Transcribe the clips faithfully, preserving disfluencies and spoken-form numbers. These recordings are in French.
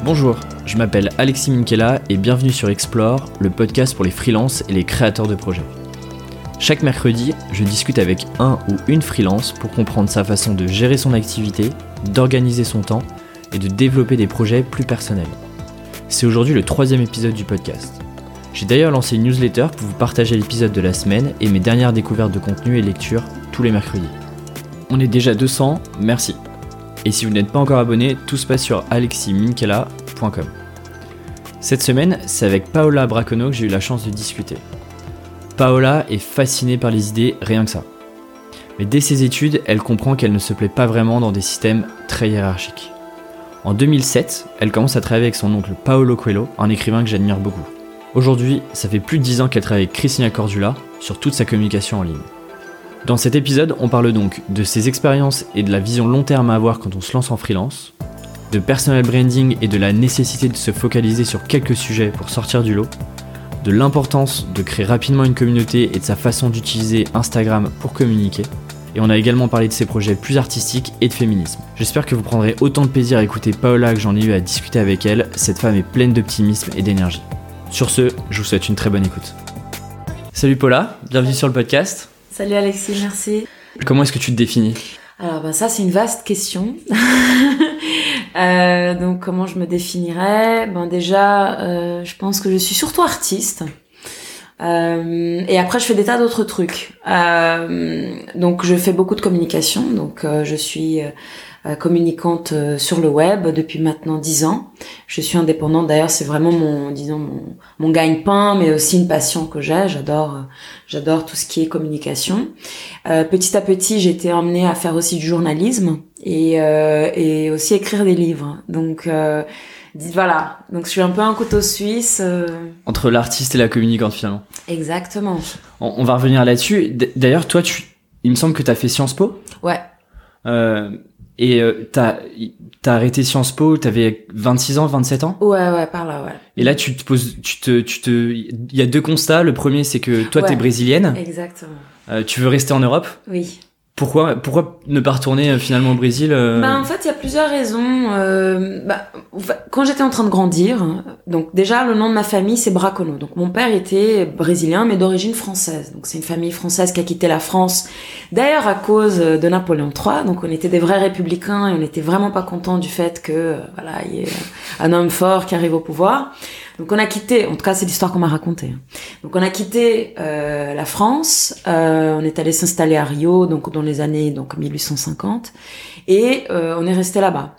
Bonjour, je m'appelle Alexis Minkela et bienvenue sur Explore, le podcast pour les freelances et les créateurs de projets. Chaque mercredi, je discute avec un ou une freelance pour comprendre sa façon de gérer son activité, d'organiser son temps et de développer des projets plus personnels. C'est aujourd'hui le troisième épisode du podcast. J'ai d'ailleurs lancé une newsletter pour vous partager l'épisode de la semaine et mes dernières découvertes de contenu et lectures tous les mercredis. On est déjà deux cents, merci. Et si vous n'êtes pas encore abonné, tout se passe sur alexis minkela point com. Cette semaine, c'est avec Paola Braconneau que j'ai eu la chance de discuter. Paola est fascinée par les idées, rien que ça. Mais dès ses études, elle comprend qu'elle ne se plaît pas vraiment dans des systèmes très hiérarchiques. En deux mille sept, elle commence à travailler avec son oncle Paolo Coelho, un écrivain que j'admire beaucoup. Aujourd'hui, ça fait plus de dix ans qu'elle travaille avec Cristina Cordula sur toute sa communication en ligne. Dans cet épisode, on parle donc de ses expériences et de la vision long terme à avoir quand on se lance en freelance, de personal branding et de la nécessité de se focaliser sur quelques sujets pour sortir du lot, de l'importance de créer rapidement une communauté et de sa façon d'utiliser Instagram pour communiquer, et on a également parlé de ses projets plus artistiques et de féminisme. J'espère que vous prendrez autant de plaisir à écouter Paola que j'en ai eu à discuter avec elle, cette femme est pleine d'optimisme et d'énergie. Sur ce, je vous souhaite une très bonne écoute. Salut Paola, bienvenue sur le podcast. Salut Alexis, merci. Comment est-ce que tu te définis ? Alors ben ça c'est une vaste question. euh, donc comment je me définirais ? Ben déjà, euh, je pense que je suis surtout artiste. Euh, et après je fais des tas d'autres trucs. Euh, donc je fais beaucoup de communication. Donc euh, je suis euh, communicante euh, sur le web depuis maintenant dix ans. Je suis indépendante. D'ailleurs c'est vraiment mon, disons mon, mon gagne-pain, mais aussi une passion que j'ai. J'adore, euh, j'adore tout ce qui est communication. Euh, petit à petit j'ai été emmenée à faire aussi du journalisme et euh, et aussi écrire des livres. Donc euh, Voilà, donc je suis un peu un couteau suisse. Euh... Entre l'artiste et la communicante finalement. Exactement. On, on va revenir là-dessus. D- D'ailleurs, toi, tu, il me semble que t'as fait Sciences Po. Ouais. Euh, et euh, t'as, t'as arrêté Sciences Po, t'avais vingt-six ans, vingt-sept ans. Ouais, ouais, par là, ouais. Et là, tu te poses, tu te, tu te, il y a deux constats. Le premier, c'est que toi, ouais, t'es brésilienne. Exactement. Euh, tu veux rester en Europe. Oui. Pourquoi, pourquoi ne pas retourner euh, finalement au Brésil euh... Bah en fait il y a plusieurs raisons. Euh, bah, quand j'étais en train de grandir, donc déjà le nom de ma famille c'est Braconneau. Donc mon père était brésilien mais d'origine française. Donc c'est une famille française qui a quitté la France. D'ailleurs à cause de Napoléon trois. Donc on était des vrais républicains et on n'était vraiment pas contents du fait que euh, voilà il y ait un homme fort qui arrive au pouvoir. Donc on a quitté, en tout cas c'est l'histoire qu'on m'a racontée. Donc on a quitté euh, la France, euh, on est allé s'installer à Rio, donc dans les années donc mille huit cent cinquante, et euh, on est resté là-bas.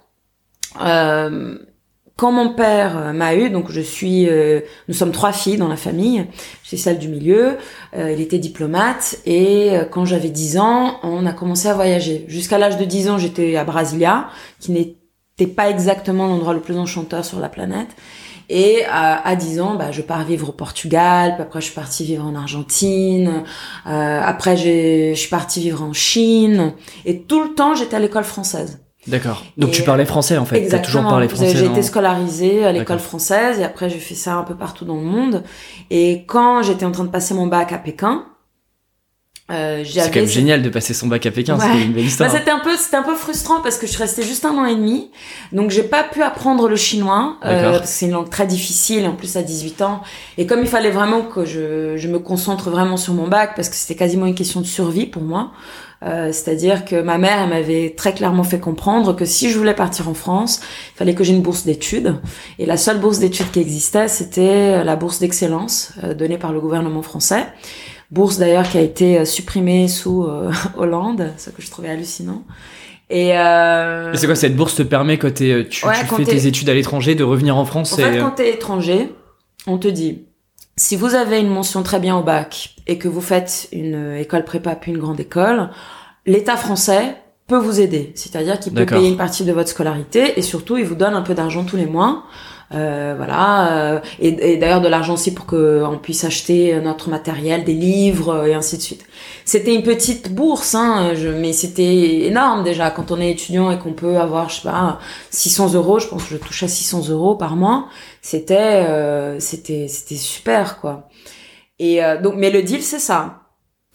Euh, quand mon père m'a eu, donc je suis, euh, nous sommes trois filles dans la famille, je suis celle du milieu. Euh, il était diplomate et euh, quand j'avais dix ans, on a commencé à voyager. Jusqu'à l'âge de dix ans, j'étais à Brasilia, qui n'était pas exactement l'endroit le plus enchanteur sur la planète. Et à, à dix ans, bah, je pars vivre au Portugal, puis après je suis partie vivre en Argentine, euh, après j'ai, je suis partie vivre en Chine, et tout le temps j'étais à l'école française. D'accord. Donc et tu parlais français en fait. Exactement. T'as toujours parlé français. J'ai non été scolarisée à l'école D'accord. française, et après j'ai fait ça un peu partout dans le monde. Et quand j'étais en train de passer mon bac à Pékin, Euh, c'est quand même cette... génial de passer son bac à Pékin, ouais. c'était une belle histoire. Bah, c'était un peu, c'était un peu frustrant parce que je suis restée juste un an et demi, donc j'ai pas pu apprendre le chinois euh, parce que c'est une langue très difficile et en plus à dix-huit ans. Et comme il fallait vraiment que je, je me concentre vraiment sur mon bac parce que c'était quasiment une question de survie pour moi. Euh, c'est-à-dire que ma mère elle m'avait très clairement fait comprendre que si je voulais partir en France, il fallait que j'ai une bourse d'études. Et la seule bourse d'études qui existait, c'était la bourse d'excellence euh, donnée par le gouvernement français. Bourse d'ailleurs qui a été supprimée sous euh, Hollande, ce que je trouvais hallucinant. Et, euh... et c'est quoi cette bourse te permet quand t'es, tu, ouais, tu quand fais t'es... tes études à l'étranger de revenir en France? En et... fait, quand t'es étranger, on te dit si vous avez une mention très bien au bac et que vous faites une école prépa puis une grande école, l'État français peut vous aider. C'est-à-dire qu'il peut D'accord. payer une partie de votre scolarité et surtout il vous donne un peu d'argent tous les mois. Euh, voilà euh, et, et d'ailleurs de l'argent aussi pour que on puisse acheter notre matériel, des livres et ainsi de suite. C'était une petite bourse hein, je, mais c'était énorme déjà quand on est étudiant et qu'on peut avoir je sais pas six cents euros. Je pense que je touchais six cents euros par mois. C'était euh, c'était c'était super quoi. Et euh, donc mais le deal c'est ça.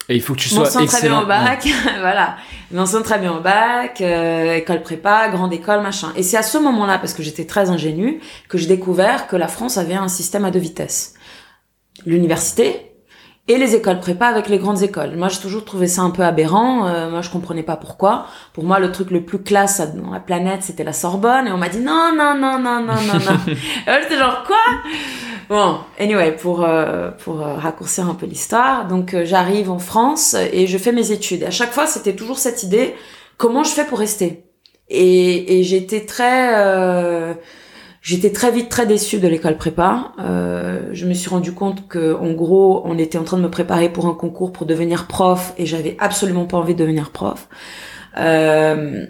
Et il faut que tu sois excellent. Très bien au bac, voilà. Mention très bien au bac, euh, école prépa, grande école, machin. Et c'est à ce moment-là, parce que j'étais très ingénue, que j'ai découvert que la France avait un système à deux vitesses. L'université et les écoles prépa avec les grandes écoles. Moi, j'ai toujours trouvé ça un peu aberrant. Euh, moi, je comprenais pas pourquoi. Pour moi, le truc le plus classe dans la planète, c'était la Sorbonne. Et on m'a dit non, non, non, non, non, non, non. Et moi, j'étais genre quoi? Bon, anyway, pour euh, pour euh, raccourcir un peu l'histoire, donc euh, j'arrive en France et je fais mes études. Et à chaque fois, c'était toujours cette idée comment je fais pour rester. Et et j'étais très euh, J'étais très vite très déçue de l'école prépa. Euh, je me suis rendu compte que, en gros, on était en train de me préparer pour un concours pour devenir prof, et j'avais absolument pas envie de devenir prof. Euh,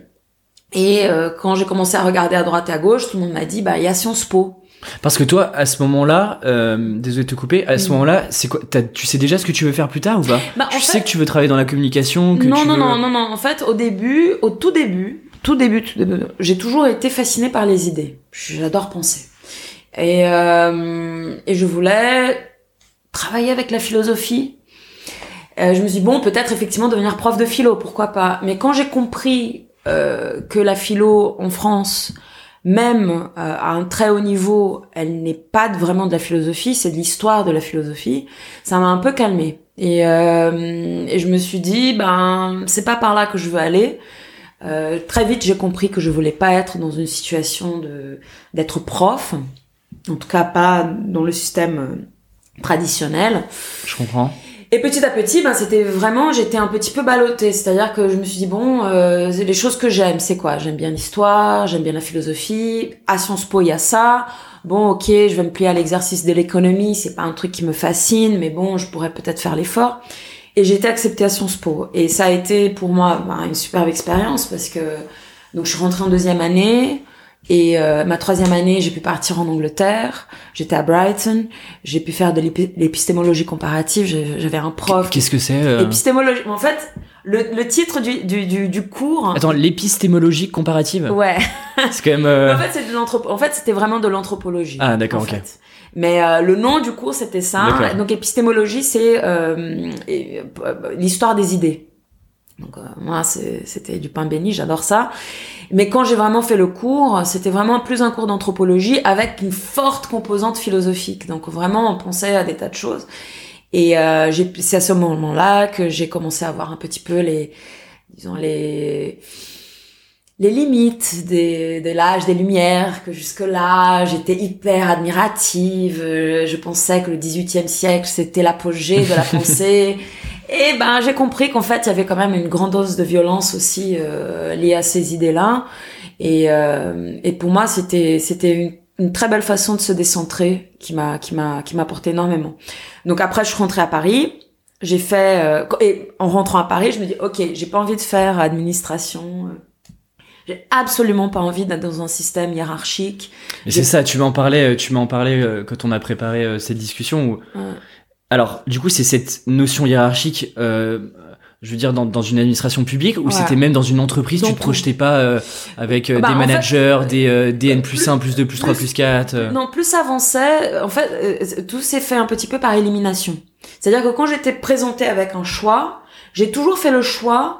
et euh, quand j'ai commencé à regarder à droite et à gauche, tout le monde m'a dit, bah, il y a Sciences Po. Parce que toi, à ce moment-là, euh, désolé de te couper, à ce mmh. moment-là, c'est quoi, t'as, tu sais déjà ce que tu veux faire plus tard ou pas? Bah, tu sais fait... que tu veux travailler dans la communication, que non, tu non, veux... non, non, non. En fait, au début, au tout début, tout début, tout début, j'ai toujours été fascinée par les idées. J'adore penser. Et, euh, et je voulais travailler avec la philosophie. Euh, je me suis dit, bon, peut-être effectivement devenir prof de philo, pourquoi pas. Mais quand j'ai compris euh, que la philo en France, même euh, à un très haut niveau, elle n'est pas vraiment de la philosophie, c'est de l'histoire de la philosophie, ça m'a un peu calmée. Et, euh, et je me suis dit, ben, c'est pas par là que je veux aller. Euh, très vite, j'ai compris que je voulais pas être dans une situation de d'être prof, en tout cas pas dans le système traditionnel. Je comprends. Et petit à petit, ben c'était vraiment, j'étais un petit peu ballottée, c'est-à-dire que je me suis dit bon, euh, les choses que j'aime, c'est quoi? J'aime bien l'histoire, j'aime bien la philosophie. À Sciences Po, il y a ça. Bon, ok, je vais me plier à l'exercice de l'économie, c'est pas un truc qui me fascine, mais bon, je pourrais peut-être faire l'effort. Et j'ai été acceptée à Sciences Po. Et ça a été pour moi bah, une superbe expérience parce que donc je suis rentrée en deuxième année et euh, ma troisième année j'ai pu partir en Angleterre. J'étais à Brighton. J'ai pu faire de l'épi- l'épistémologie comparative. J'avais un prof. Qu'est-ce que c'est euh... Épistémologie. En fait, le, le titre du, du du du cours. Attends, l'épistémologie comparative. Ouais. C'est quand même. Euh... En fait, c'est de l'anthropo. En fait, c'était vraiment de l'anthropologie. Ah d'accord, ok. Fait. Mais euh, le nom du cours c'était ça. D'accord. Donc épistémologie c'est euh, et, euh, l'histoire des idées. Donc euh, moi c'est, c'était du pain béni, j'adore ça. Mais quand j'ai vraiment fait le cours, c'était vraiment plus un cours d'anthropologie avec une forte composante philosophique. Donc vraiment on pensait à des tas de choses. Et euh, j'ai, c'est à ce moment-là que j'ai commencé à voir un petit peu les, disons les les limites des, de l'âge des Lumières, que jusque-là, j'étais hyper admirative, je pensais que le dix-huitième siècle, c'était l'apogée de la pensée, et ben, j'ai compris qu'en fait, il y avait quand même une grande dose de violence aussi, euh, liée à ces idées-là, et, euh, et pour moi, c'était, c'était une, une très belle façon de se décentrer, qui m'a, qui m'a, qui m'a apporté énormément. Donc après, je suis rentrée à Paris, j'ai fait, euh, et en rentrant à Paris, je me dis, ok, j'ai pas envie de faire administration, euh, j'ai absolument pas envie d'être dans un système hiérarchique. Et c'est ça, tu m'en parlais, tu m'en parlais euh, quand on a préparé euh, cette discussion. Où... Ouais. Alors, du coup, c'est cette notion hiérarchique, euh, je veux dire, dans, dans une administration publique, ou ouais. C'était même dans une entreprise, donc, tu te projetais pas euh, avec euh, bah, des managers, fait, des, euh, des N plus un, plus deux, plus trois, plus quatre euh... Non, plus ça avançait, en fait, euh, tout s'est fait un petit peu par élimination. C'est-à-dire que quand j'étais présentée avec un choix, j'ai toujours fait le choix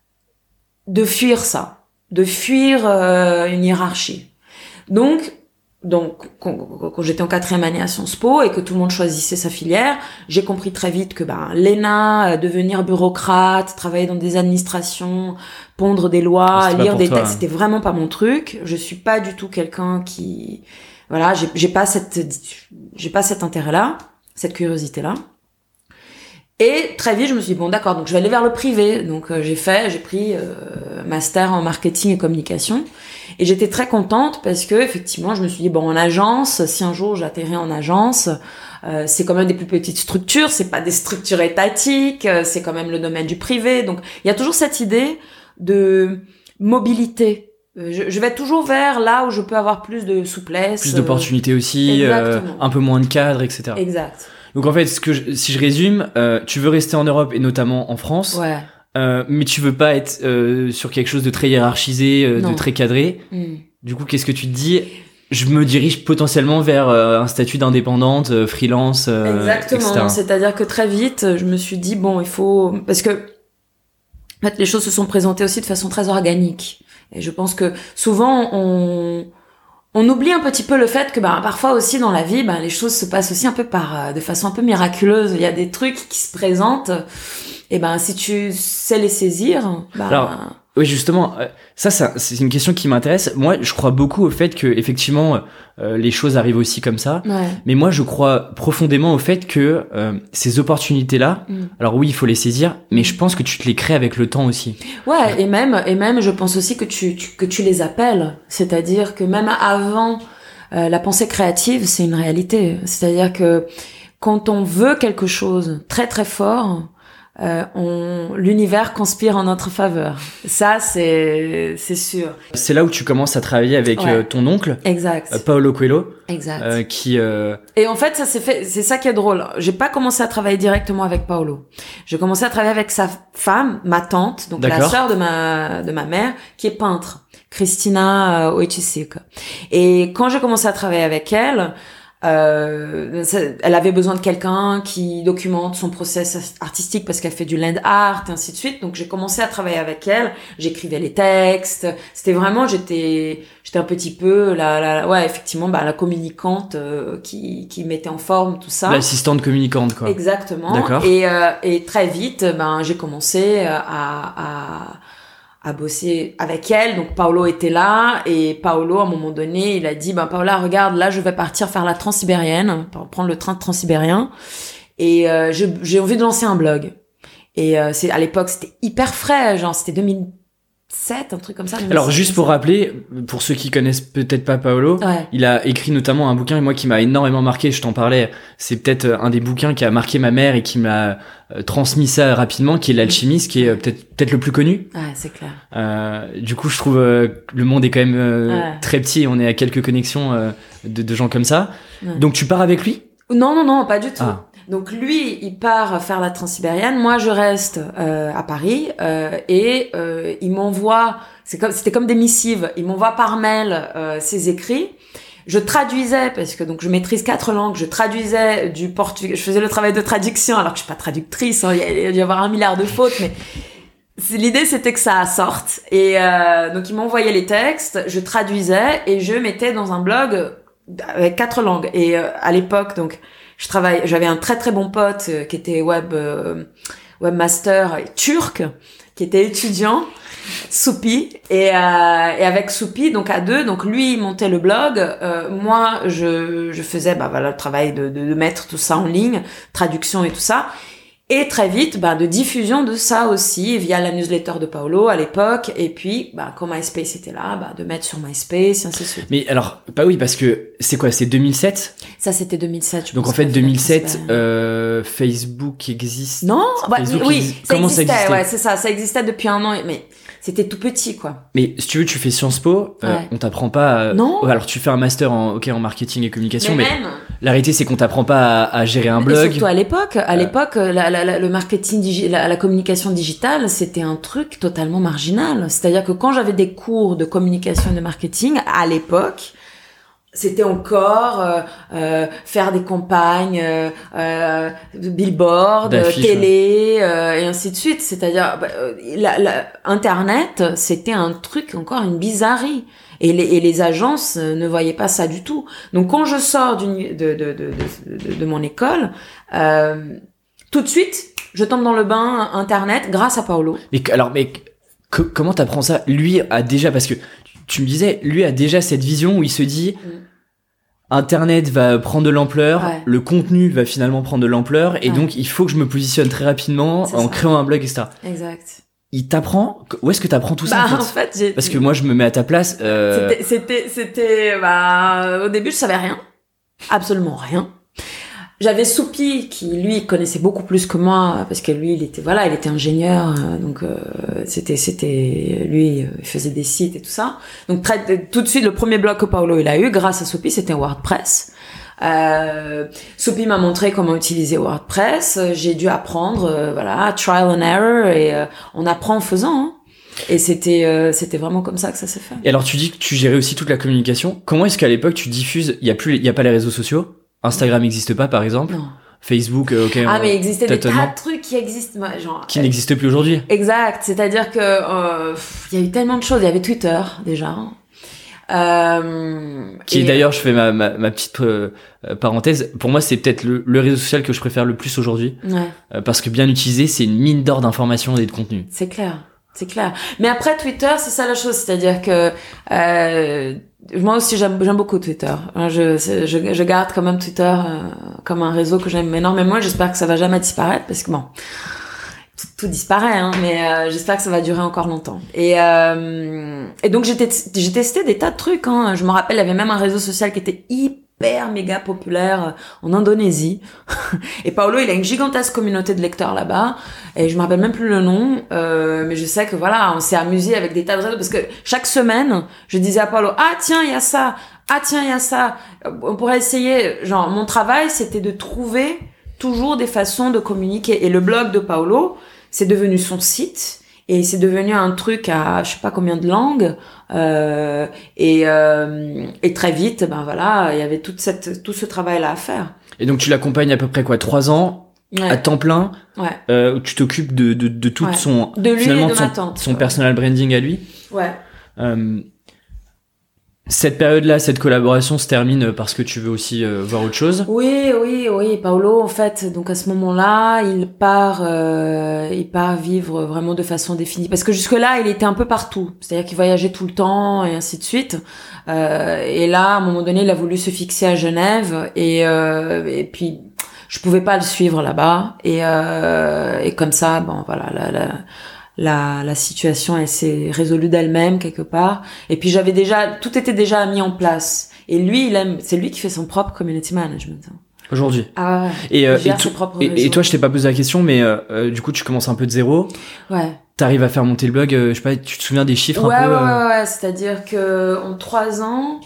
de fuir ça. de fuir euh, une hiérarchie. Donc, donc quand, quand j'étais en quatrième année à Sciences Po et que tout le monde choisissait sa filière, j'ai compris très vite que ben l'E N A, devenir bureaucrate, travailler dans des administrations, pondre des lois, lire des textes, hein. C'était vraiment pas mon truc. Je suis pas du tout quelqu'un qui, voilà, j'ai, j'ai pas cette, j'ai pas cet intérêt-là, cette curiosité-là. Et très vite, je me suis dit, bon, d'accord, donc je vais aller vers le privé. Donc, euh, j'ai fait, j'ai pris euh, master en marketing et communication. Et j'étais très contente parce que, effectivement, je me suis dit, bon, en agence, si un jour j'atterris en agence, euh, c'est quand même des plus petites structures, c'est pas des structures étatiques, euh, c'est quand même le domaine du privé. Donc, il y a toujours cette idée de mobilité. Euh, je, je vais toujours vers là où je peux avoir plus de souplesse. Plus d'opportunités aussi, euh, un peu moins de cadre, et cetera. Exact. Donc en fait, ce que je, si je résume, euh, tu veux rester en Europe et notamment en France, ouais. euh, mais tu veux pas être euh, sur quelque chose de très hiérarchisé, euh, de très cadré. Mm. Du coup, qu'est-ce que tu te dis ? je me dirige potentiellement vers euh, un statut d'indépendante, euh, freelance, euh, Exactement. et cetera. C'est-à-dire que très vite, je me suis dit bon, il faut parce que en fait les choses se sont présentées aussi de façon très organique. Et je pense que souvent on on oublie un petit peu le fait que bah parfois aussi dans la vie, bah les choses se passent aussi un peu par de façon un peu miraculeuse. Il y a des trucs qui se présentent. Et ben si tu sais les saisir, bah Alors, oui, justement, ça, ça, c'est une question qui m'intéresse. Moi, je crois beaucoup au fait que, effectivement, euh, les choses arrivent aussi comme ça. Ouais. Mais moi, je crois profondément au fait que euh, ces opportunités-là, mm. alors oui, il faut les saisir, mais je pense que tu te les crées avec le temps aussi. Ouais, et même, et même, je pense aussi que tu, tu que tu les appelles. C'est-à-dire que même avant euh, la pensée créative, c'est une réalité. C'est-à-dire que quand on veut quelque chose très très fort. Euh, on, l'univers conspire en notre faveur. Ça, c'est, c'est sûr. C'est là où tu commences à travailler avec ouais. euh, ton oncle. Exact. Euh, Paolo Coelho. Exact. Euh, qui. Euh... Et en fait, ça s'est fait. C'est ça qui est drôle. J'ai pas commencé à travailler directement avec Paolo. J'ai commencé à travailler avec sa femme, ma tante, donc D'accord. la sœur de ma de ma mère, qui est peintre, Christina Oichisic. Et quand j'ai commencé à travailler avec elle. Euh, elle avait besoin de quelqu'un qui documente son process artistique parce qu'elle fait du land art et ainsi de suite. Donc j'ai commencé à travailler avec elle. J'écrivais les textes. C'était vraiment, j'étais, j'étais un petit peu la, la ouais, effectivement, bah la communicante euh, qui qui mettait en forme tout ça. L'assistante communicante, quoi. Exactement. D'accord. Et euh, et très vite, ben j'ai commencé à à à bosser avec elle. Donc Paolo était là et Paolo à un moment donné il a dit ben Paola regarde là je vais partir faire la transsibérienne, prendre le train transsibérien et euh, je, j'ai envie de lancer un blog et euh, c'est à l'époque c'était hyper frais, genre c'était deux mille sept, un truc comme ça. Alors juste pour rappeler, pour ceux qui connaissent peut-être pas Paolo, ouais. il a écrit notamment un bouquin et moi qui m'a énormément marqué, je t'en parlais, c'est peut-être un des bouquins qui a marqué ma mère et qui m'a euh, transmis ça rapidement, qui est L'Alchimiste, qui est euh, peut-être peut-être le plus connu. Ouais, c'est clair. Euh, du coup, je trouve euh, le monde est quand même euh, ouais. très petit et on est à quelques connexions euh, de, de gens comme ça. Ouais. Donc tu pars avec lui ? Non, non, non, pas du tout. Ah. Donc lui, il part faire la transsibérienne. Moi, je reste euh, à Paris euh, et euh, il m'envoie. C'est comme, c'était comme des missives. Il m'envoie par mail euh, ses écrits. Je traduisais parce que donc je maîtrise quatre langues. Je traduisais du portugais. Je faisais le travail de traduction alors que je suis pas traductrice. Hein, il y a dû y avoir un milliard de fautes, mais c'est, l'idée c'était que ça sorte. Et euh, donc il m'envoyait les textes. Je traduisais et je mettais dans un blog avec quatre langues. Et euh, à l'époque donc. Je travaille, j'avais un très très bon pote euh, qui était web euh, webmaster turc, qui était étudiant, Soupi, et, euh, et avec Soupi, donc à deux, donc lui il montait le blog, euh, moi je je faisais bah voilà le travail de, de de mettre tout ça en ligne, traduction et tout ça. Et très vite, bah, de diffusion de ça aussi, via la newsletter de Paolo à l'époque, et puis, bah, quand MySpace était là, bah, de mettre sur MySpace, et ainsi de suite. Mais alors, bah oui, parce que, c'est quoi, c'est deux mille sept ? Ça, c'était deux mille sept, je Donc pense. en fait, deux mille sept, euh, Facebook existe. Non, bah, Facebook oui, existe. ça Comment existait, ça existait ? ouais, c'est ça, ça existait depuis un an, mais c'était tout petit, quoi. Mais si tu veux, tu fais Sciences Po, euh, ouais. on t'apprend pas. Euh, non. Ouais, alors tu fais un master en, ok, en marketing et communication, mais, mais même, la réalité c'est qu'on t'apprend pas à, à gérer un blog. Et surtout à l'époque, à euh... l'époque, la, la, la, le marketing, digi- la, la communication digitale, c'était un truc totalement marginal. C'est-à-dire que quand j'avais des cours de communication et de marketing, à l'époque, c'était encore euh, euh, faire des campagnes, euh, euh, billboard, télé, euh, et ainsi de suite. C'est-à-dire, bah, la, la, Internet, c'était un truc, encore une bizarrerie. Et les, et les agences ne voyaient pas ça du tout. Donc, quand je sors d'une, de, de, de, de, de, de mon école, euh, tout de suite, je tombe dans le bain Internet grâce à Paolo. Mais alors, mais que, comment t'apprends ça ? Lui a déjà, parce que tu me disais, lui a déjà cette vision où il se dit mm. Internet va prendre de l'ampleur, ouais. le contenu va finalement prendre de l'ampleur, et ouais. donc il faut que je me positionne très rapidement c'est en ça. créant un blog, et cetera. Exact. Il t'apprend ? Où est-ce que t'apprends tout bah, ça en fait, en fait j'ai... Parce que moi je me mets à ta place. Euh... C'était, c'était, c'était, bah, au début je savais rien, absolument rien. J'avais Soupi qui lui connaissait beaucoup plus que moi parce que lui il était voilà il était ingénieur donc euh, c'était c'était lui il faisait des sites et tout ça donc très, tout de suite le premier blog que Paolo il a eu grâce à Soupi c'était WordPress. Euh, Soupi m'a montré comment utiliser WordPress, j'ai dû apprendre euh, voilà trial and error et euh, on apprend en faisant hein. Et c'était euh, c'était vraiment comme ça que ça s'est fait. Et alors tu dis que tu gérais aussi toute la communication. Comment est-ce qu'à l'époque tu diffuses? Il y a plus, il y a pas les réseaux sociaux. Instagram n'existe pas par exemple. Non. Facebook, euh, ok. Ah mais il existait des tas tâtonnement. de trucs qui existent, moi, genre. Qui n'existent plus aujourd'hui. Exact. C'est-à-dire que euh, pff, il y a eu tellement de choses. Il y avait Twitter déjà. Euh, Qui et... d'ailleurs, je fais ma, ma, ma petite euh, parenthèse. Pour moi, c'est peut-être le, le réseau social que je préfère le plus aujourd'hui, ouais. euh, parce que bien utilisé, c'est une mine d'or d'informations et de contenu. C'est clair, c'est clair. Mais après Twitter, c'est ça la chose, c'est-à-dire que euh, moi aussi j'aime, j'aime beaucoup Twitter. Je, je, je garde quand même Twitter euh, comme un réseau que j'aime énormément. J'espère que ça va jamais disparaître parce que bon. Tout, tout disparaît, hein, mais euh, j'espère que ça va durer encore longtemps. Et, euh, et donc j'ai, t- j'ai testé des tas de trucs. Hein. Je me rappelle, il y avait même un réseau social qui était hyper méga populaire en Indonésie. Et Paolo, il a une gigantesque communauté de lecteurs là-bas. Et je me rappelle même plus le nom, euh, mais je sais que voilà, on s'est amusé avec des tas de réseaux parce que chaque semaine, je disais à Paolo, ah tiens, il y a ça, ah tiens, il y a ça. On pourrait essayer. Genre, mon travail, c'était de trouver toujours des façons de communiquer. Et le blog de Paolo, c'est devenu son site et c'est devenu un truc à je sais pas combien de langues euh, et euh, et très vite ben voilà il y avait toute cette tout ce travail là à faire. Et donc tu l'accompagnes à peu près quoi, trois ans ouais. à temps plein, ouais. euh, où tu t'occupes de de de toute ouais. son de lui finalement et de son, ma tante, son ouais. personal branding à lui. Ouais. Euh, Cette période-là, cette collaboration se termine parce que tu veux aussi euh, voir autre chose. Oui, oui, oui. Paolo, en fait, donc à ce moment-là, il part, euh, il part vivre vraiment de façon définie. Parce que jusque-là, il était un peu partout. C'est-à-dire qu'il voyageait tout le temps et ainsi de suite. Euh, et là, à un moment donné, il a voulu se fixer à Genève et euh, et puis je pouvais pas le suivre là-bas. Et euh, et comme ça, bon, voilà, la, la La, la situation, elle s'est résolue d'elle-même quelque part. Et puis j'avais déjà, tout était déjà mis en place. Et lui, il aime, c'est lui qui fait son propre community management. Aujourd'hui. Ah ouais. Et, euh, il gère et, ses to- propres et, réseaux. et toi, je t'ai pas posé la question, mais euh, euh, du coup, tu commences un peu de zéro. Ouais. T'arrives à faire monter le blog. Euh, je sais pas, tu te souviens des chiffres Ouais, un peu ouais, euh... ouais, ouais. C'est-à-dire que en trois ans,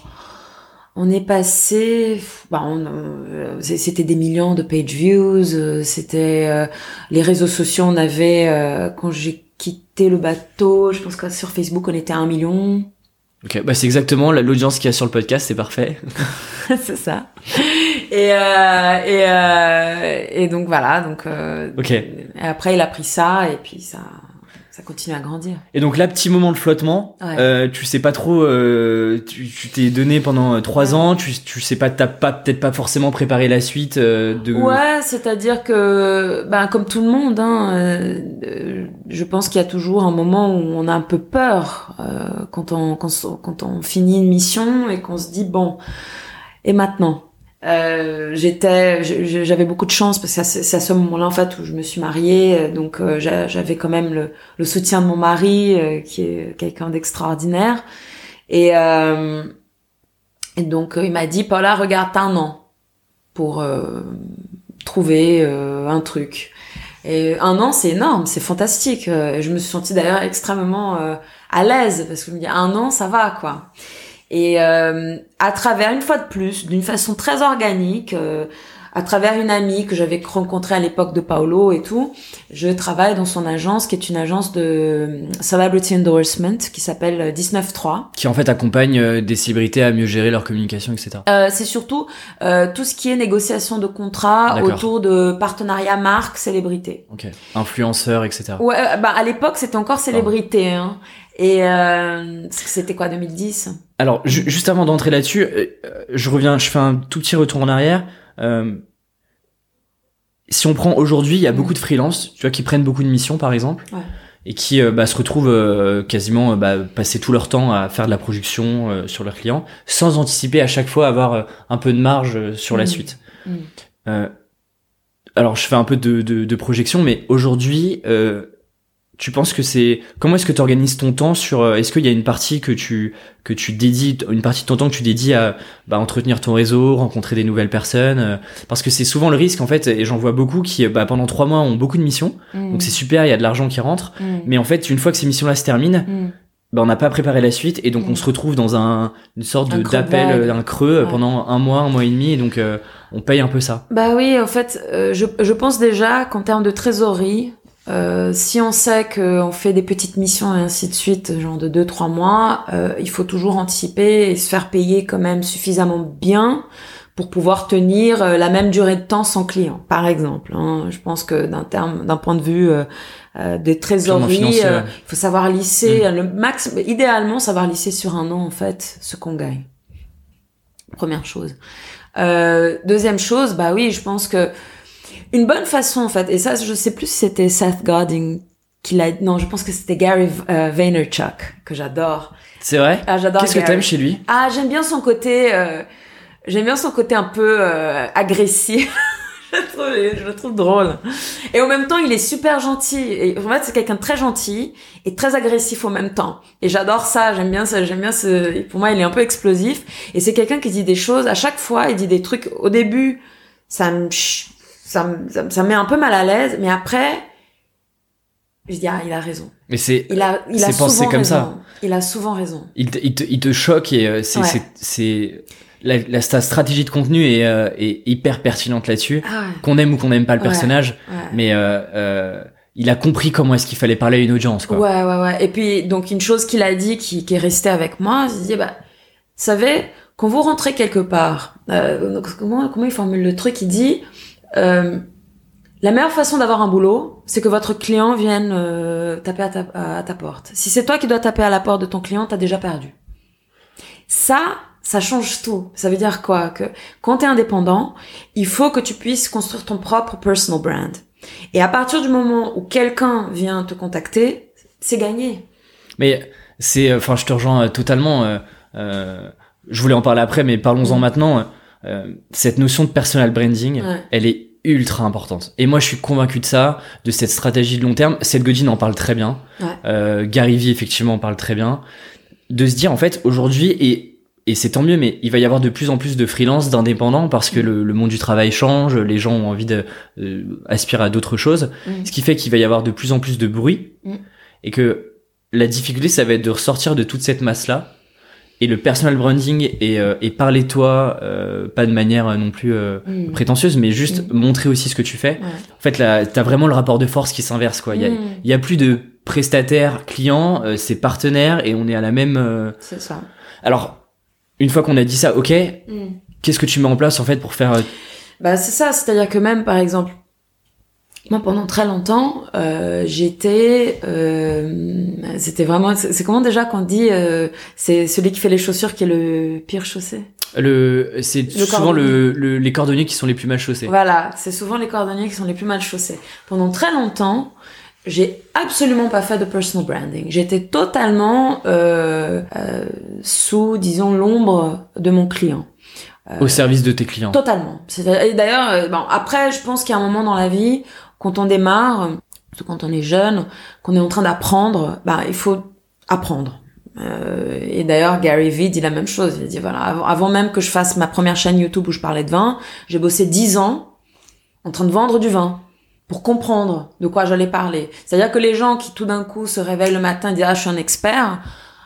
on est passé, bah, on, euh, c'était des millions de page views. Euh, c'était euh, les réseaux sociaux. On avait euh, quand j'ai quitté le bateau, je pense que sur Facebook, on était à un million. Ok, bah c'est exactement l'audience qu'il y a sur le podcast, c'est parfait. C'est ça. Et euh, et euh, et donc voilà, donc. Euh, ok. Et après, il a pris ça et puis ça. Ça continue à grandir. Et donc là, petit moment de flottement, ouais. euh, tu sais pas trop, euh, tu, tu t'es donné pendant trois ans, tu, tu sais pas, t'as pas peut-être pas forcément préparé la suite euh, de. Ouais, c'est-à-dire que, ben comme tout le monde, hein, euh, je pense qu'il y a toujours un moment où on a un peu peur euh, quand on quand, quand on finit une mission et qu'on se dit bon, et maintenant. Euh, j'étais, j'avais beaucoup de chance parce que c'est à ce moment-là en fait où je me suis mariée, donc euh, j'avais quand même le, le soutien de mon mari euh, qui est quelqu'un d'extraordinaire et, euh, et donc euh, il m'a dit Paula, regarde, t'as un an pour euh, trouver euh, un truc. Et un an, c'est énorme, c'est fantastique. Euh, je me suis sentie d'ailleurs extrêmement euh, à l'aise parce que je me dis un an, ça va quoi. Et euh, à travers, une fois de plus, d'une façon très organique, euh, à travers une amie que j'avais rencontrée à l'époque de Paolo et tout, je travaille dans son agence, qui est une agence de celebrity endorsement, qui s'appelle dix-neuf trois. Qui en fait accompagne des célébrités à mieux gérer leur communication, et cetera. Euh, c'est surtout euh, tout ce qui est négociation de contrats autour de partenariats marques, célébrités. Ok. Influenceurs, et cetera. Ouais, bah à l'époque c'était encore célébrité, hein. Et euh, c'était quoi, deux mille dix? Alors, ju- juste avant d'entrer là-dessus, euh, je reviens, je fais un tout petit retour en arrière. Euh, si on prend aujourd'hui, il y a mmh. beaucoup de freelance, tu vois, qui prennent beaucoup de missions, par exemple, ouais. et qui euh, bah, se retrouvent euh, quasiment euh, bah, passer tout leur temps à faire de la production euh, sur leurs clients, sans anticiper à chaque fois avoir euh, un peu de marge euh, sur mmh. la suite. Mmh. Euh, alors, je fais un peu de, de, de projection, mais aujourd'hui... Euh, tu penses que c'est comment est-ce que tu organises ton temps sur est-ce qu'il y a une partie que tu que tu dédies une partie de ton temps que tu dédies à bah, entretenir ton réseau, rencontrer des nouvelles personnes euh, parce que c'est souvent le risque en fait et j'en vois beaucoup qui bah, pendant trois mois ont beaucoup de missions mmh. donc c'est super, il y a de l'argent qui rentre mmh. mais en fait une fois que ces missions là se terminent mmh. bah, on n'a pas préparé la suite et donc mmh. on se retrouve dans un une sorte de, d'appel d'un creux ouais. pendant un mois un mois et demi et donc euh, on paye un peu ça. Bah oui en fait euh, je je pense déjà qu'en termes de trésorerie Euh, si on sait qu'on fait des petites missions et ainsi de suite, genre de deux, trois mois, euh, il faut toujours anticiper et se faire payer quand même suffisamment bien pour pouvoir tenir euh, la même durée de temps sans client, par exemple. Hein. Je pense que d'un terme, d'un point de vue euh, euh, des trésoreries, euh, il faut savoir lisser mmh. le max, idéalement savoir lisser sur un an en fait ce qu'on gagne. Première chose. Euh, deuxième chose, bah oui, je pense que une bonne façon, en fait, et ça, je sais plus si c'était Seth Godin qui l'a, non, je pense que c'était Gary euh, Vaynerchuk, que j'adore. C'est vrai? Ah, j'adore Qu'est-ce Gary. que t'aimes chez lui? Ah, j'aime bien son côté, euh, j'aime bien son côté un peu euh, agressif. je, le trouve, je le trouve drôle. Et en même temps, il est super gentil. Et en fait, c'est quelqu'un de très gentil et très agressif en même temps. Et j'adore ça, j'aime bien ça, j'aime bien ce, pour moi, il est un peu explosif. Et c'est quelqu'un qui dit des choses, à chaque fois, il dit des trucs, au début, ça me... Ça me, ça, ça me met un peu mal à l'aise, mais après, je dis, ah, il a raison. Mais c'est, il a, il c'est a pensé souvent comme raison. ça. Il a souvent raison. Il te, il te, il te choque et euh, c'est, ouais. c'est, c'est, la, la, ta stratégie de contenu est, euh, est hyper pertinente là-dessus. Ah ouais. Qu'on aime ou qu'on n'aime pas le personnage, ouais. Ouais. mais, euh, euh, il a compris comment est-ce qu'il fallait parler à une audience, quoi. Ouais, ouais, ouais. Et puis, donc, une chose qu'il a dit qui, qui est restée avec moi, il dit, bah, vous savez, quand vous rentrez quelque part, euh, donc, comment, comment il formule le truc? Il dit, euh, la meilleure façon d'avoir un boulot, c'est que votre client vienne euh, taper à ta, à ta porte. Si c'est toi qui dois taper à la porte de ton client, t'as déjà perdu. Ça, ça change tout. Ça veut dire quoi? Que quand t'es indépendant, il faut que tu puisses construire ton propre personal brand. Et à partir du moment où quelqu'un vient te contacter, c'est gagné. Mais c'est, enfin, je te rejoins euh, totalement. Euh, euh, je voulais en parler après, mais parlons-en mmh. maintenant. Euh, cette notion de personal branding, ouais. elle est ultra importante. Et moi, je suis convaincu de ça, de cette stratégie de long terme. Seth Godin en parle très bien. Ouais. Euh, Gary Vee, effectivement, en parle très bien. De se dire, en fait, aujourd'hui, et, et c'est tant mieux, mais il va y avoir de plus en plus de freelance, d'indépendants, parce que mmh. le, le monde du travail change, les gens ont envie de, euh, aspirer à d'autres choses. Mmh. Ce qui fait qu'il va y avoir de plus en plus de bruit. Mmh. Et que la difficulté, ça va être de ressortir de toute cette masse-là. Et le personal branding et, euh, et parler toi, euh, pas de manière non plus euh, mmh. prétentieuse, mais juste mmh. montrer aussi ce que tu fais. Ouais. En fait, là, t'as vraiment le rapport de force qui s'inverse, quoi. Il mmh. y a, il y a plus de prestataire, client, euh, c'est partenaire et on est à la même. Euh... C'est ça. Alors, une fois qu'on a dit ça, ok, mmh. qu'est-ce que tu mets en place en fait pour faire euh... Bah c'est ça, c'est-à-dire que même par exemple. Moi, pendant très longtemps, euh, j'étais, euh, c'était vraiment, c'est, c'est comment déjà qu'on dit, euh, c'est celui qui fait les chaussures qui est le pire chaussé. Le, c'est le souvent le, le, les cordonniers qui sont les plus mal chaussés. Voilà, c'est souvent les cordonniers qui sont les plus mal chaussés. Pendant très longtemps, j'ai absolument pas fait de personal branding. J'étais totalement euh, euh, sous, disons, l'ombre de mon client. Euh, Au service de tes clients. Totalement. C'est, et d'ailleurs, euh, bon, après, je pense qu'il y a un moment dans la vie. Quand on démarre, surtout quand on est jeune, qu'on est en train d'apprendre, bah il faut apprendre. Euh, et d'ailleurs, Gary Vee dit la même chose. Il dit voilà, avant, avant même que je fasse ma première chaîne YouTube où je parlais de vin, j'ai bossé dix ans en train de vendre du vin pour comprendre de quoi j'allais parler. C'est-à-dire que les gens qui tout d'un coup se réveillent le matin et disent ah je suis un expert,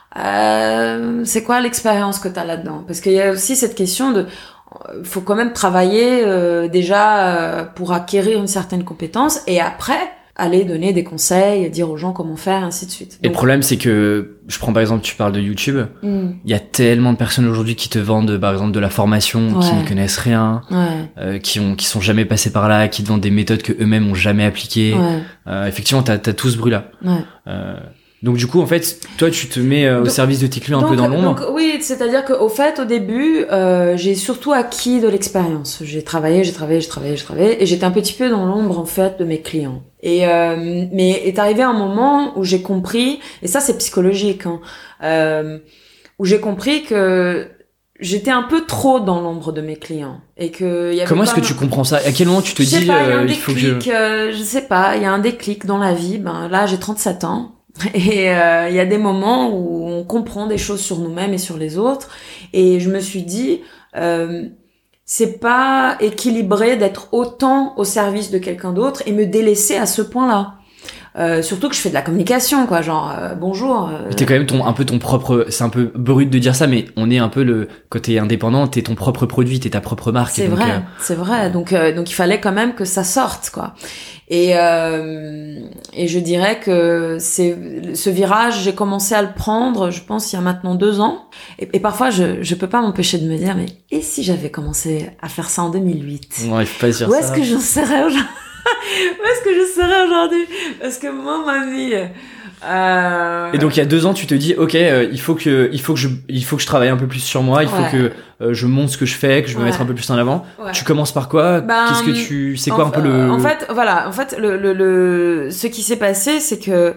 euh, c'est quoi l'expérience que t'as là-dedans? Parce qu'il y a aussi cette question de il faut quand même travailler euh, déjà euh, pour acquérir une certaine compétence et après aller donner des conseils, dire aux gens comment faire, ainsi de suite. Donc, et le problème, c'est que, je prends par exemple, tu parles de YouTube, il mm. y a tellement de personnes aujourd'hui qui te vendent, par exemple, de la formation, ouais. qui ne connaissent rien, ouais. euh, qui ont, qui sont jamais passés par là, qui te vendent des méthodes que eux-mêmes ont jamais appliquées. Ouais. Euh, effectivement, t'as, t'as tout ce bruit-là. Ouais. Euh, donc du coup, en fait, toi, tu te mets euh, au donc, service de tes clients un peu dans l'ombre. Donc oui, c'est-à-dire qu'au fait, au début, euh, j'ai surtout acquis de l'expérience. J'ai travaillé, j'ai travaillé, j'ai travaillé, j'ai travaillé, et j'étais un petit peu dans l'ombre en fait de mes clients. Et euh, mais est arrivé un moment où j'ai compris, et ça c'est psychologique, hein, euh, où j'ai compris que j'étais un peu trop dans l'ombre de mes clients et que il y avait comment est-ce que un... tu comprends ça? À quel moment tu te je dis sais pas, il y a un euh, déclic, il faut que je... euh, je sais pas, il y a un déclic dans la vie. Ben là, j'ai trente-sept ans. Et euh, il y a des moments où on comprend des choses sur nous-mêmes et sur les autres. Et je me suis dit, euh, c'est pas équilibré d'être autant au service de quelqu'un d'autre et me délaisser à ce point-là. Euh, surtout que je fais de la communication, quoi, genre euh, bonjour. Euh... Mais t'es quand même ton, un peu ton propre. C'est un peu brut de dire ça, mais on est un peu le côté indépendant. T'es ton propre produit, t'es ta propre marque. C'est donc, vrai, euh... c'est vrai. Donc, euh, donc il fallait quand même que ça sorte, quoi. Et euh, et je dirais que c'est ce virage, j'ai commencé à le prendre, je pense, il y a maintenant deux ans. Et, et parfois, je je peux pas m'empêcher de me dire, mais et si j'avais commencé à faire ça en deux mille huit? Non, il faut pas dire Où ça. est-ce que j'en serais aujourd'hui? Où est-ce que je serais aujourd'hui? Parce que moi, ma vie. Euh... Et donc il y a deux ans, tu te dis, ok, euh, il faut que, il faut que je, il faut que je travaille un peu plus sur moi, il faut Ouais. que euh, je montre ce que je fais, que je me Ouais. mette un peu plus en avant. Ouais. Tu commences par quoi? Ben, Qu'est-ce que tu, c'est quoi en, un peu le? En fait, voilà, en fait, le, le, le, ce qui s'est passé, c'est que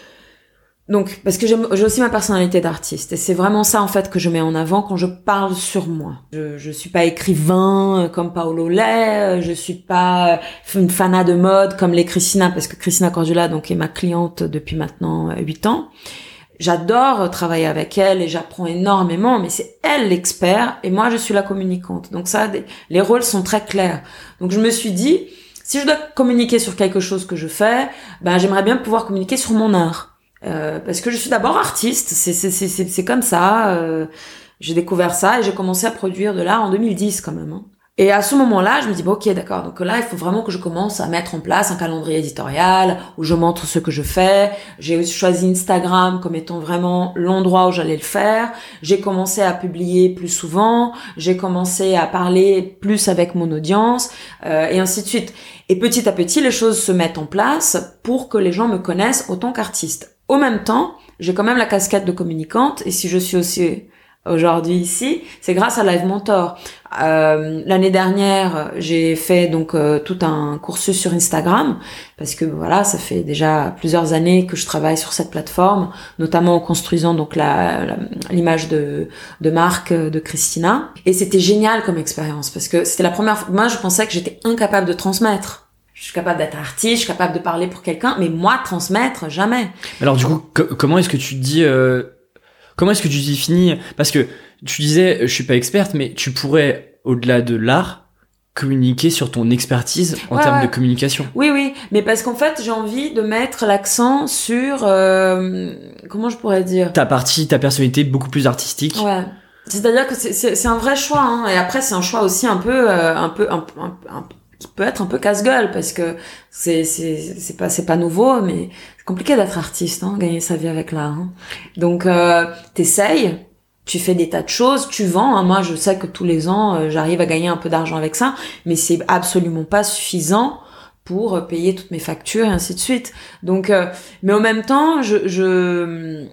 donc parce que j'aime- j'ai aussi ma personnalité d'artiste et c'est vraiment ça en fait que je mets en avant quand je parle sur moi. Je je suis pas écrivain comme Paolo Lay, je suis pas une fanat de mode comme les Christina parce que Christina Cordula donc est ma cliente depuis maintenant huit ans. J'adore travailler avec elle et j'apprends énormément, mais c'est elle l'expert et moi je suis la communicante. Donc ça, les rôles sont très clairs. Donc je me suis dit, si je dois communiquer sur quelque chose que je fais, ben j'aimerais bien pouvoir communiquer sur mon art. Euh, parce que je suis d'abord artiste, c'est c'est c'est c'est c'est comme ça. Euh, j'ai découvert ça et j'ai commencé à produire de l'art en deux mille dix quand même. Hein. Et à ce moment-là, je me dis bon, ok, d'accord. Donc là, il faut vraiment que je commence à mettre en place un calendrier éditorial où je montre ce que je fais. J'ai choisi Instagram comme étant vraiment l'endroit où j'allais le faire. J'ai commencé à publier plus souvent. J'ai commencé à parler plus avec mon audience euh, et ainsi de suite. Et petit à petit, les choses se mettent en place pour que les gens me connaissent autant qu'artiste. Au même temps, j'ai quand même la casquette de communicante et si je suis aussi aujourd'hui ici, c'est grâce à Live Mentor. Euh, l'année dernière, j'ai fait donc euh, tout un cursus sur Instagram parce que voilà, ça fait déjà plusieurs années que je travaille sur cette plateforme, notamment en construisant donc la, la l'image de de marque de Christina et c'était génial comme expérience parce que c'était la première fois. Moi, je pensais que j'étais incapable de transmettre. Je suis capable d'être artiste, je suis capable de parler pour quelqu'un, mais moi, transmettre, jamais. Alors du coup, co- comment est-ce que tu te dis, euh, comment est-ce que tu définis, parce que tu disais, je suis pas experte, mais tu pourrais, au-delà de l'art, communiquer sur ton expertise en ouais, termes ouais. de communication. Oui, oui, mais parce qu'en fait, j'ai envie de mettre l'accent sur, euh, comment je pourrais dire? Ta partie, ta personnalité beaucoup plus artistique. Ouais. C'est-à-dire que c'est, c'est, c'est un vrai choix, hein. Et après, c'est un choix aussi un peu, euh, un peu, un, un, un qui peut être un peu casse-gueule parce que c'est c'est c'est pas c'est pas nouveau mais c'est compliqué d'être artiste hein, gagner sa vie avec l'art hein. Donc euh, t'essayes, tu fais des tas de choses, tu vends hein. Moi je sais que tous les ans euh, j'arrive à gagner un peu d'argent avec ça mais c'est absolument pas suffisant pour euh, payer toutes mes factures et ainsi de suite. Donc euh, mais en même temps je je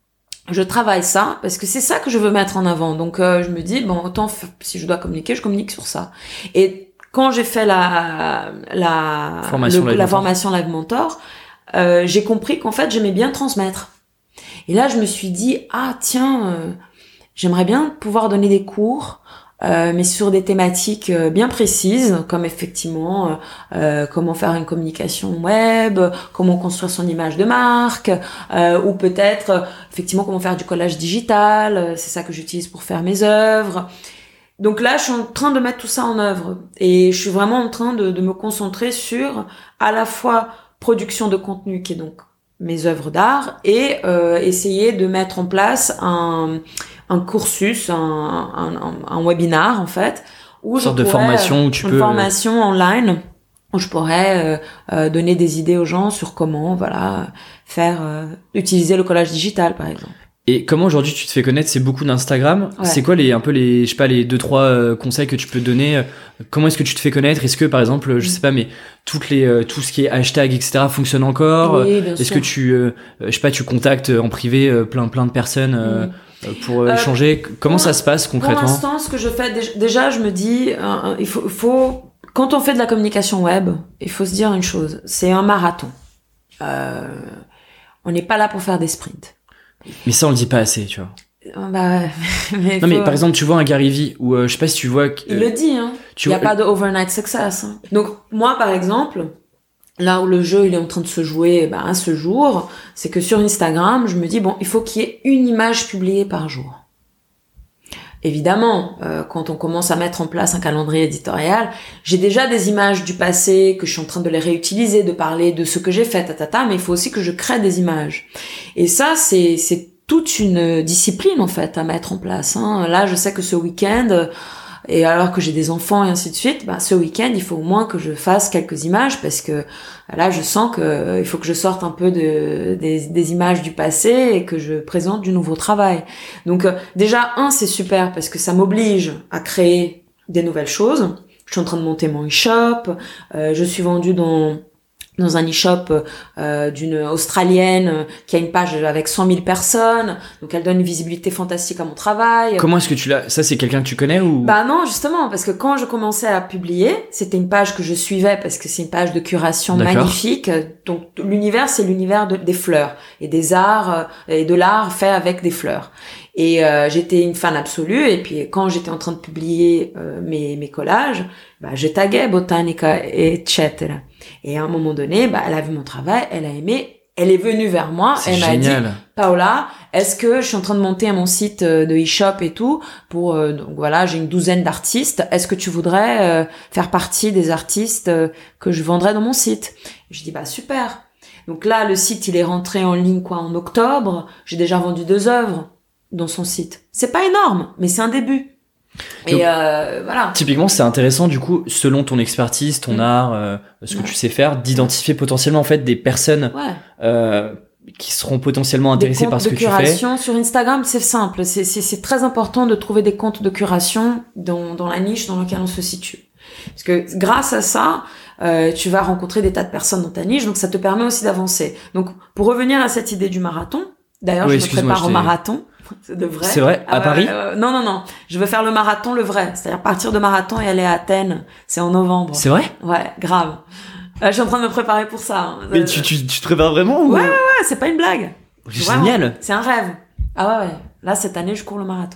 je travaille ça parce que c'est ça que je veux mettre en avant. Donc euh, je me dis bon autant f- si je dois communiquer, je communique sur ça. Et quand j'ai fait la la formation le, Live la Mentor. formation Live Mentor, euh, j'ai compris qu'en fait j'aimais bien transmettre. Et là je me suis dit ah tiens euh, j'aimerais bien pouvoir donner des cours euh, mais sur des thématiques euh, bien précises comme effectivement euh, euh, comment faire une communication web, comment construire son image de marque euh, ou peut-être euh, effectivement comment faire du collage digital, euh, c'est ça que j'utilise pour faire mes œuvres. Donc là, je suis en train de mettre tout ça en œuvre et je suis vraiment en train de, de me concentrer sur à la fois production de contenu qui est donc mes œuvres d'art et euh, essayer de mettre en place un, un cursus, un, un, un, un webinar en fait, où Une je sorte de pourrais, formation où tu une peux formation online où je pourrais euh, euh, donner des idées aux gens sur comment voilà faire euh, utiliser le collage digital par exemple. Et comment aujourd'hui tu te fais connaître? C'est beaucoup d'Instagram. Ouais. C'est quoi les un peu les je sais pas les deux trois euh, conseils que tu peux donner? Comment est-ce que tu te fais connaître? Est-ce que par exemple je sais pas mais toutes les euh, tout ce qui est hashtag et cetera fonctionne encore? Oui, bien Est-ce sûr. que tu euh, je sais pas tu contactes en privé euh, plein plein de personnes euh, Mm. pour euh, Euh, échanger? Comment pour ça se passe Pour concrètement? l'instant, ce que je fais déjà, déjà je me dis, euh, il faut, faut, quand on fait de la communication web, il faut se dire une chose, c'est un marathon. Euh, on n'est pas là pour faire des sprints. Mais ça on le dit pas assez, tu vois. Euh, Bah, mais Non mais faut- par exemple tu vois un Gary Vee ou euh, je sais pas si tu vois que- il le dit, hein. tu Il n'y a vois- pas de overnight success. Hein. Donc moi, par exemple, là où le jeu il est en train de se jouer, bah, à ce jour, c'est que sur Instagram, je me dis bon, il faut qu'il y ait une image publiée par jour. évidemment, euh, quand on commence à mettre en place un calendrier éditorial, j'ai déjà des images du passé que je suis en train de les réutiliser, de parler de ce que j'ai fait, ta, ta, ta, mais il faut aussi que je crée des images. Et ça, c'est, c'est toute une discipline, en fait, à mettre en place, hein. Là, je sais que ce week-end, et alors que j'ai des enfants et ainsi de suite, bah, ce week-end, il faut au moins que je fasse quelques images parce que là, je sens que euh, il faut que je sorte un peu de, des, des images du passé et que je présente du nouveau travail. Donc, euh, déjà, un, c'est super parce que ça m'oblige à créer des nouvelles choses. Je suis en train de monter mon e-shop. Euh, je suis vendue dans... dans un e-shop euh, d'une Australienne euh, qui a une page avec cent mille personnes, donc elle donne une visibilité fantastique à mon travail. Comment est-ce que tu l'as? Ça, c'est quelqu'un que tu connais ou? Bah non, justement, parce que quand je commençais à publier, c'était une page que je suivais parce que c'est une page de curation D'accord. magnifique. Donc l'univers, c'est l'univers de, des fleurs et des arts euh, et de l'art fait avec des fleurs. Et euh, j'étais une fan absolue. Et puis quand j'étais en train de publier euh, mes mes collages, bah je taguais Botanica et cetera. Et à un moment donné, bah elle a vu mon travail, elle a aimé, elle est venue vers moi, C'est elle m'a génial. dit Paola, est-ce que je suis en train de monter mon site de e-shop et tout pour euh, donc voilà, j'ai une douzaine d'artistes, est-ce que tu voudrais euh, faire partie des artistes euh, que je vendrais dans mon site? Je dis bah super. Donc là le site il est rentré en ligne quoi en octobre, j'ai déjà vendu deux œuvres dans son site. C'est pas énorme, mais c'est un début. Et Donc, euh, voilà. Typiquement, c'est intéressant du coup, selon ton expertise, ton Mm. art, euh, ce que Ouais. tu sais faire, d'identifier potentiellement en fait des personnes Ouais. euh, qui seront potentiellement Des intéressées comptes par ce de que tu fais. curation sur Instagram, c'est simple. C'est, c'est, c'est très important de trouver des comptes de curation dans, dans la niche dans laquelle on se situe. Parce que grâce à ça, euh, tu vas rencontrer des tas de personnes dans ta niche, donc ça te permet aussi d'avancer. Donc, pour revenir à cette idée du marathon, d'ailleurs, Oui, je me excuse-moi, prépare je au t'ai- marathon. C'est de vrai. C'est vrai, à Ah ouais, Paris? euh, Non, non, non. Je veux faire le marathon, le vrai. C'est-à-dire partir de marathon et aller à Athènes. C'est en novembre. C'est vrai? Ouais, grave. Euh, je suis en train de me préparer pour ça. hein. Mais Euh, tu, tu, tu te prépares vraiment ou... Ouais, ouais, ouais, c'est pas une blague. C'est Vraiment. génial. C'est un rêve. Ah ouais, ouais. Là, cette année, je cours le marathon.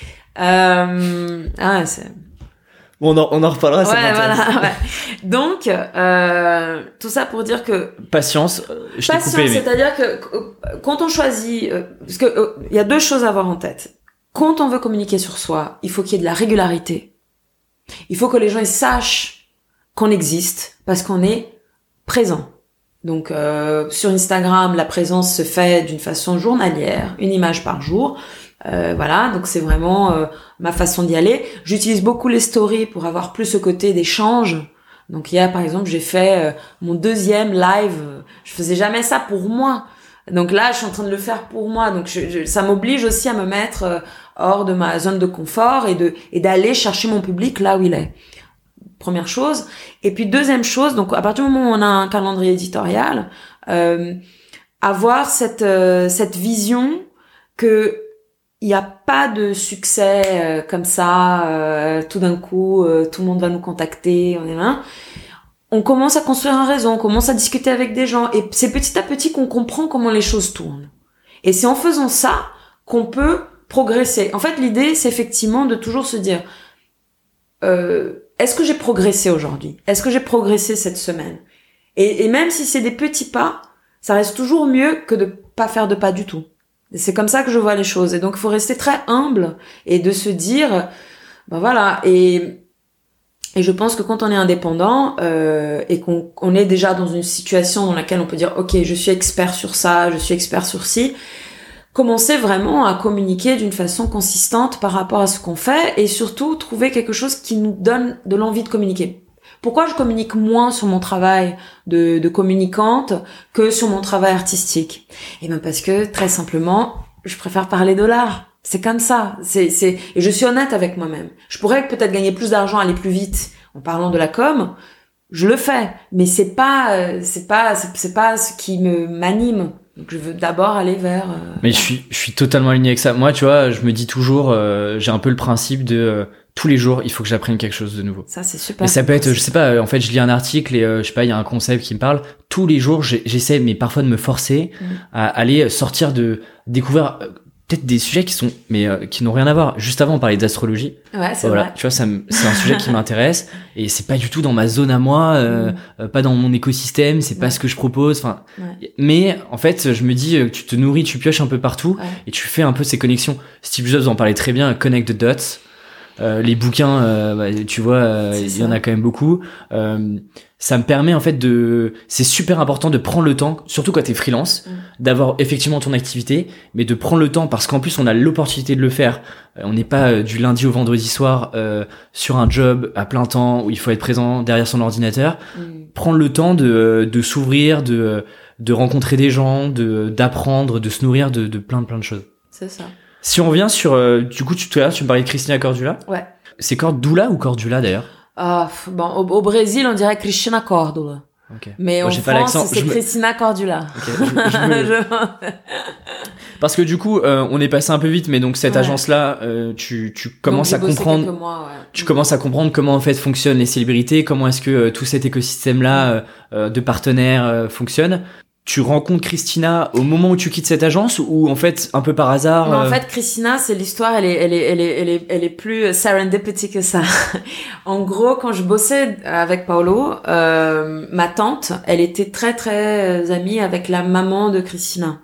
Euh... Ah ouais, c'est... Bon, on en, on en reparlera, ça Ouais, m'intéresse. voilà, ouais. Donc, euh, tout ça pour dire que... Patience, euh, je t'ai Patience, coupé, mais... c'est-à-dire que euh, quand on choisit... euh, parce que euh, il y a deux choses à avoir en tête. Quand on veut communiquer sur soi, il faut qu'il y ait de la régularité. Il faut que les gens ils sachent qu'on existe parce qu'on est présent. Donc euh, sur Instagram, la présence se fait d'une façon journalière, une image par jour. Euh, voilà, donc c'est vraiment euh, ma façon d'y aller. J'utilise beaucoup les stories pour avoir plus ce côté d'échange. Donc hier, par exemple, j'ai fait euh, mon deuxième live. Je faisais jamais ça pour moi. Donc là, je suis en train de le faire pour moi. Donc je, je, ça m'oblige aussi à me mettre euh, hors de ma zone de confort et de et d'aller chercher mon public là où il est. Première chose. Et puis deuxième chose, donc à partir du moment où on a un calendrier éditorial, euh, avoir cette euh, cette vision que il n'y a pas de succès euh, comme ça, euh, tout d'un coup, euh, tout le monde va nous contacter, on est là. On commence à construire un réseau, on commence à discuter avec des gens, et c'est petit à petit qu'on comprend comment les choses tournent. Et c'est en faisant ça qu'on peut progresser. En fait, l'idée, c'est effectivement de toujours se dire, euh, est-ce que j'ai progressé aujourd'hui? Est-ce que j'ai progressé cette semaine? et, et même si c'est des petits pas, ça reste toujours mieux que de pas faire de pas du tout. C'est comme ça que je vois les choses. Et donc, il faut rester très humble et de se dire, ben voilà. Et, et je pense que quand on est indépendant euh, et qu'on on est déjà dans une situation dans laquelle on peut dire, ok, je suis expert sur ça, je suis expert sur ci, commencer vraiment à communiquer d'une façon consistante par rapport à ce qu'on fait et surtout trouver quelque chose qui nous donne de l'envie de communiquer. Pourquoi je communique moins sur mon travail de, de communicante que sur mon travail artistique? Et ben parce que très simplement, je préfère parler de l'art. C'est comme ça. C'est, c'est, et je suis honnête avec moi-même. Je pourrais peut-être gagner plus d'argent, aller plus vite en parlant de la com. Je le fais, mais c'est pas, c'est pas, c'est, c'est pas ce qui me m'anime. Donc je veux d'abord aller vers. Euh, mais je suis, je suis totalement aligné avec ça. Moi, tu vois, je me dis toujours, euh, j'ai un peu le principe de euh, tous les jours, il faut que j'apprenne quelque chose de nouveau. Ça, c'est super. Mais ça peut être, je sais pas, en fait, je lis un article et euh, je sais pas, il y a un concept qui me parle. Tous les jours, j'ai- j'essaie, mais parfois de me forcer Mm. à aller sortir de, découvrir peut-être des sujets qui sont mais euh, qui n'ont rien à voir. Juste avant on parlait d'astrologie. Ouais, c'est voilà, vrai. tu vois, ça me, c'est un sujet qui m'intéresse et c'est pas du tout dans ma zone à moi, euh, Mm. euh, pas dans mon écosystème, c'est pas Ouais. ce que je propose. Enfin, Ouais. mais en fait, je me dis euh, que tu te nourris, tu pioches un peu partout Ouais. et tu fais un peu ces connexions. Steve Jobs en parlait très bien, Connect the Dots. Euh, les bouquins, euh, bah, tu vois, euh, il y ça. en a quand même beaucoup. Euh, ça me permet en fait de, c'est super important de prendre le temps, surtout quand t'es freelance, Mm. d'avoir effectivement ton activité, mais de prendre le temps parce qu'en plus on a l'opportunité de le faire. Euh, on n'est pas euh, du lundi au vendredi soir euh, sur un job à plein temps où il faut être présent derrière son ordinateur. Mm. Prendre le temps de, de s'ouvrir, de, de rencontrer des gens, de, d'apprendre, de se nourrir de, de plein de plein de choses. C'est ça. Si on revient sur, euh, du coup, tu, tout à l'heure, tu me parlais de Cristina Cordula. Ouais. C'est Cordula ou Cordula d'ailleurs? Ah, f- bon, au, au Brésil, on dirait Cristina Cordula. Ok. Mais Moi, en j'ai pas France, l'accent, c'est je me- Cristina Cordula. Ok, je- je me- Je- Parce que du coup, euh, on est passé un peu vite, mais donc cette Ouais. agence-là, euh, tu, tu commences Donc, à j'ai bossé comprendre, quelques mois, ouais. tu commences à comprendre comment en fait fonctionnent les célébrités, comment est-ce que euh, tout cet écosystème-là euh, euh, de partenaires euh, fonctionne. Tu rencontres Christina au moment où tu quittes cette agence ou en fait un peu par hasard? Non, en euh, fait, Christina, c'est l'histoire, elle est, elle est, elle est, elle est, elle est plus serendipity que ça. En gros, quand je bossais avec Paolo, euh, ma tante, elle était très, très amie avec la maman de Christina.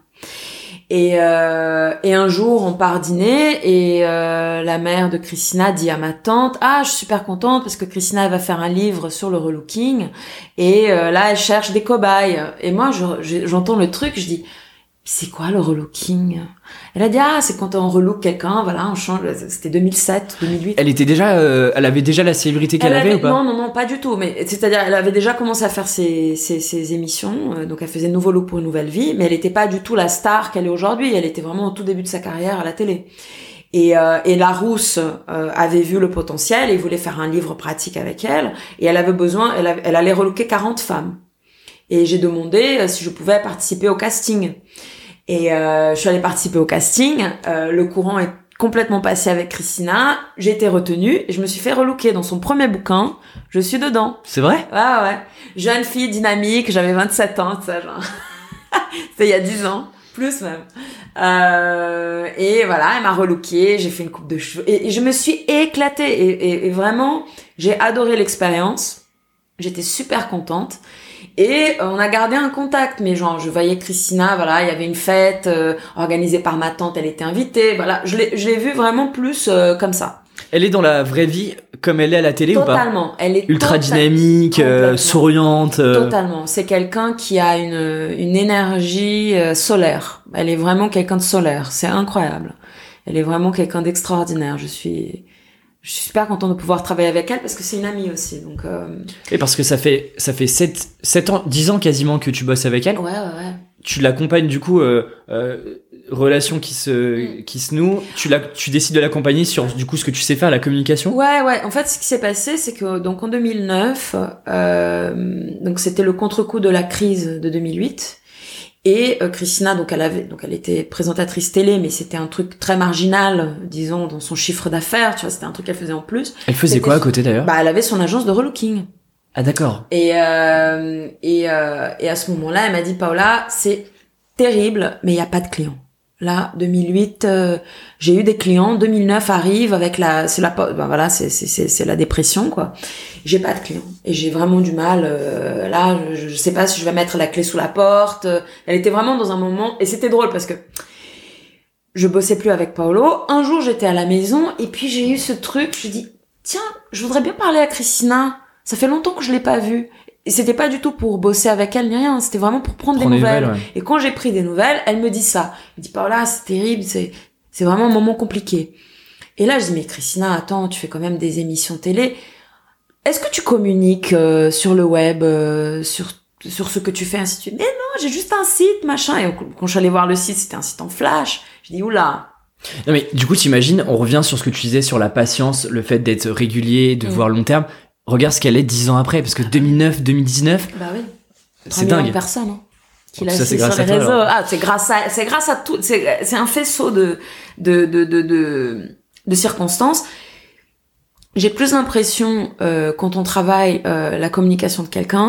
Et, euh, et un jour, on part dîner et euh, la mère de Christina dit à ma tante « Ah, je suis super contente parce que Christina elle va faire un livre sur le relooking et euh, là, elle cherche des cobayes. » Et moi, je, je- j'entends le truc, je dis « C'est quoi le relooking ?» Elle a dit « Ah, c'est quand on relook quelqu'un, voilà, on change. » C'était deux mille sept, deux mille huit. Elle était déjà, euh, elle avait déjà la célébrité qu'elle Elle avait, ou pas? Non, non, non, pas du tout. Mais c'est-à-dire, elle avait déjà commencé à faire ses, ses, ses émissions. euh, donc, elle faisait Nouveau Look pour une nouvelle vie. Mais elle n'était pas du tout la star qu'elle est aujourd'hui. Elle était vraiment au tout début de sa carrière à la télé. Et, euh, et Larousse euh, avait vu le potentiel et voulait faire un livre pratique avec elle. Et elle avait besoin, elle, avait- elle allait relooker quarante femmes. Et j'ai demandé euh, si je pouvais participer au casting. Et euh, je suis allée participer au casting. Euh, le courant est complètement passé avec Christina. J'ai été retenue et je me suis fait relooker dans son premier bouquin. Je suis dedans. C'est vrai? Ouais, ouais. Jeune fille dynamique, j'avais vingt-sept ans, tout ça, genre. C'était il y a dix ans. Plus même. Euh, et voilà, elle m'a relookée, j'ai fait une coupe de cheveux. Et, et je me suis éclatée. Et, et, et vraiment, j'ai adoré l'expérience. J'étais super contente. Et euh, on a gardé un contact, mais genre je voyais Christina, voilà, il y avait une fête euh, organisée par ma tante, elle était invitée, voilà, je l'ai, je l'ai vue vraiment plus euh, comme ça. Elle est dans la vraie vie comme elle est à la télé ou pas? Totalement, elle est Ultra tota- dynamique, euh, complètement. souriante. euh, Totalement, c'est quelqu'un qui a une une énergie euh, solaire. Elle est vraiment quelqu'un de solaire, c'est incroyable. Elle est vraiment quelqu'un d'extraordinaire. Je suis je suis super contente de pouvoir travailler avec elle parce que c'est une amie aussi, donc. Euh... Et parce que ça fait ça fait sept sept ans, dix ans quasiment que tu bosses avec elle. Ouais, ouais, ouais. Tu l'accompagnes du coup, euh, euh, relation qui se Mm. qui se noue. Tu la tu décides de l'accompagner sur du coup ce que tu sais faire, la communication. Ouais, ouais. En fait, ce qui s'est passé, c'est que donc en deux mille neuf, euh, donc c'était le contre-coup de la crise de deux mille huit. Et euh, Christina, donc elle avait, donc elle était présentatrice télé, mais c'était un truc très marginal, disons, dans son chiffre d'affaires. Tu vois, c'était un truc qu'elle faisait en plus. Elle faisait C'était- quoi à côté d'ailleurs? Bah, elle avait son agence de relooking. Ah d'accord. Et euh, et euh, et à ce moment-là, elle m'a dit, Paola, c'est terrible, mais il y a pas de clients. Là, deux mille huit, euh, j'ai eu des clients. deux mille neuf arrive avec la, c'est la, ben voilà, c'est c'est c'est c'est la dépression quoi. J'ai pas de clients et j'ai vraiment du mal. Euh, là, je, je sais pas si je vais mettre la clé sous la porte. Elle était vraiment dans un moment et c'était drôle parce que je bossais plus avec Paolo. Un jour, j'étais à la maison et puis j'ai eu ce truc. Je dis tiens, je voudrais bien parler à Christina. Ça fait longtemps que je l'ai pas vue. Et c'était pas du tout pour bosser avec elle ni rien, c'était vraiment pour prendre Prendre des des nouvelles. nouvelles, ouais. Et quand j'ai pris des nouvelles, elle me dit ça. Elle me dit Paola, c'est terrible, c'est c'est vraiment un moment compliqué. Et là, je dis mais Christina, attends, tu fais quand même des émissions télé. Est-ce que tu communiques euh, sur le web, euh, sur sur ce que tu fais, ainsi de suite? Mais non, j'ai juste un site, machin. Et quand je suis allée voir le site, c'était un site en flash. Je dis oula. Non mais du coup t'imagines, on revient sur ce que tu disais sur la patience, le fait d'être régulier, de Mm. voir long terme. Regarde ce qu'elle est dix ans après, parce que deux mille neuf, deux mille dix-neuf, Bah oui. c'est millions de dingue. personnes, hein, qui Donc l'a ça, c'est sur grâce les à toi, réseaux. alors. Ah, c'est grâce à, c'est grâce à tout, c'est, c'est un faisceau de, de, de, de, de, de circonstances. J'ai plus l'impression, euh, quand on travaille, euh, la communication de quelqu'un,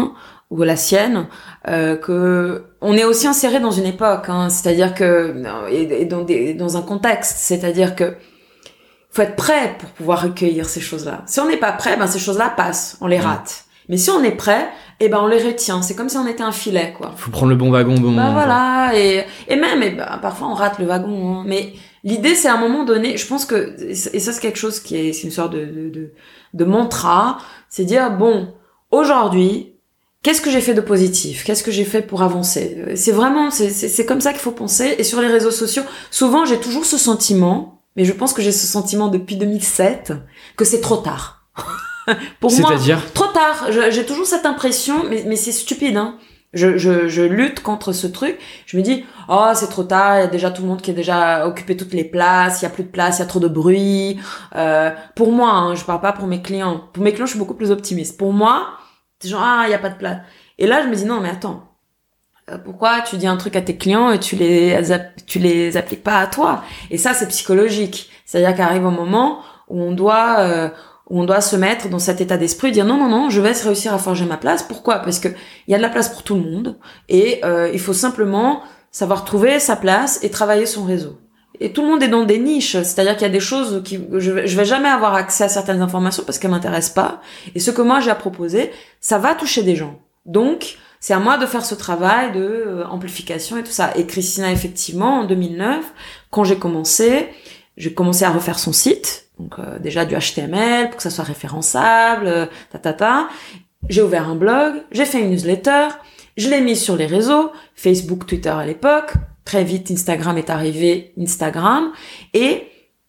ou la sienne, euh, que on est aussi inséré dans une époque, hein, c'est-à-dire que et, et dans, des, dans un contexte, c'est-à-dire que faut être prêt pour pouvoir recueillir ces choses-là. Si on n'est pas prêt, ben ces choses-là passent, on les rate. Mais si on est prêt, eh ben on les retient. C'est comme si on était un filet, quoi. Faut prendre le bon wagon au bon ben moment. Voilà, et et même, et ben, parfois on rate le wagon, hein, mais l'idée, c'est à un moment donné, je pense que, et ça c'est quelque chose qui est, c'est une sorte de, de, de, de mantra, c'est dire, bon, aujourd'hui, qu'est-ce que j'ai fait de positif? Qu'est-ce que j'ai fait pour avancer? C'est vraiment, c'est, c'est, c'est comme ça qu'il faut penser. Et sur les réseaux sociaux, souvent j'ai toujours ce sentiment, mais je pense que j'ai ce sentiment depuis deux mille sept, que c'est trop tard. Pour moi, c'est-à-dire trop tard. Je, j'ai toujours cette impression, mais, mais c'est stupide, hein. Je, je, je lutte contre ce truc. Je me dis, oh, c'est trop tard. Il y a déjà tout le monde qui a déjà occupé toutes les places. Il y a plus de place. Il y a trop de bruit. Euh, pour moi, hein, je parle pas pour mes clients. Pour mes clients, je suis beaucoup plus optimiste. Pour moi, c'est genre, ah, il y a pas de place. Et là, je me dis, non, mais attends. Euh, pourquoi tu dis un truc à tes clients et tu les, tu les appliques pas à toi? Et ça, c'est psychologique. C'est-à-dire qu'arrive un moment où on doit, euh, où on doit se mettre dans cet état d'esprit, dire non, non, non, je vais réussir à forger ma place. Pourquoi? Parce que il y a de la place pour tout le monde et euh, il faut simplement savoir trouver sa place et travailler son réseau. Et tout le monde est dans des niches, c'est-à-dire qu'il y a des choses qui je vais, je vais jamais avoir accès à certaines informations parce qu'elles m'intéressent pas. Et ce que moi j'ai à proposer, ça va toucher des gens. Donc c'est à moi de faire ce travail de euh, amplification et tout ça. Et Christina, effectivement, en deux mille neuf, quand j'ai commencé, j'ai commencé à refaire son site. Donc euh, déjà du H T M L pour que ça soit référençable, euh, ta ta ta. J'ai ouvert un blog, j'ai fait une newsletter, je l'ai mis sur les réseaux, Facebook, Twitter à l'époque. Très vite, Instagram est arrivé, Instagram, et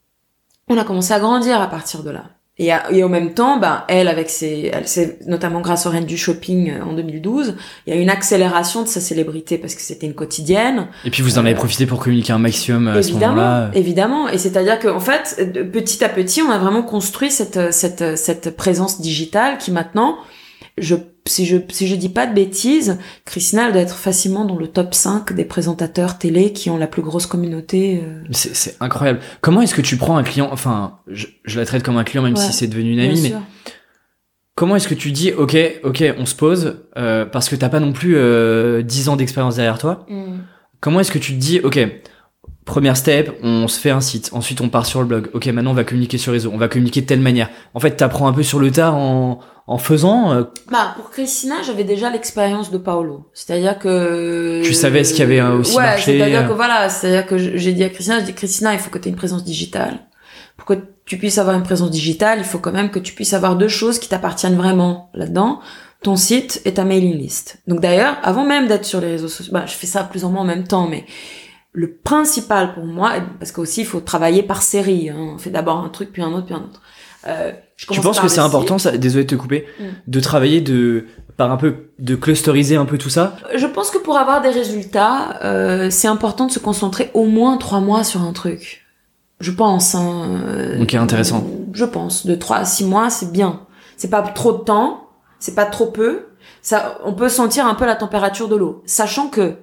on a commencé à grandir à partir de là. Et, à, et au même temps, ben elle avec ses, elle, c'est notamment grâce aux Reines du Shopping en deux mille douze, il y a eu une accélération de sa célébrité parce que c'était une quotidienne. Et puis vous en avez profité pour communiquer un maximum à ce Évidemment, moment-là. évidemment. Et c'est-à-dire qu'en fait, de- petit à petit, on a vraiment construit cette cette cette présence digitale qui maintenant, je si je si je dis pas de bêtises, Christina elle doit être facilement dans le top cinq des présentateurs télé qui ont la plus grosse communauté. euh. C'est, c'est incroyable. Comment est-ce que tu prends un client, enfin, je, je la traite comme un client même Ouais, si c'est devenu une Bien amie, mais sûr. comment est-ce que tu dis, ok, ok, on se pose, euh, parce que t'as pas non plus euh, dix ans d'expérience derrière toi. Mm. Comment est-ce que tu te dis, ok, première step, on se fait un site, ensuite on part sur le blog, ok, maintenant on va communiquer sur les réseaux, on va communiquer de telle manière. En fait, t'apprends un peu sur le tas en, en faisant. euh, Bah, pour Christina, j'avais déjà l'expérience de Paolo. C'est-à-dire que... Tu savais ce qui avait, euh, aussi ouais, marché, c'est-à-dire euh. que voilà, c'est-à-dire que j'ai dit à Christina, je dis, Christina, il faut que tu aies une présence digitale. Pour que tu puisses avoir une présence digitale, il faut quand même que tu puisses avoir deux choses qui t'appartiennent vraiment là-dedans. Ton site et ta mailing list. Donc d'ailleurs, avant même d'être sur les réseaux sociaux, bah, je fais ça plus ou moins en même temps, mais le principal pour moi, parce qu'aussi il faut travailler par série, hein. On fait d'abord un truc, puis un autre, puis un autre. Euh, je Tu commence penses par que le c'est important, site. ça, désolé de te couper, Mm. de travailler de, par un peu, de clusteriser un peu tout ça? Je pense que pour avoir des résultats, euh, c'est important de se concentrer au moins trois mois sur un truc. Je pense. Hein, euh, Ok, intéressant. Je pense. De trois à six mois, c'est bien. C'est pas trop de temps, c'est pas trop peu. Ça, on peut sentir un peu la température de l'eau, sachant que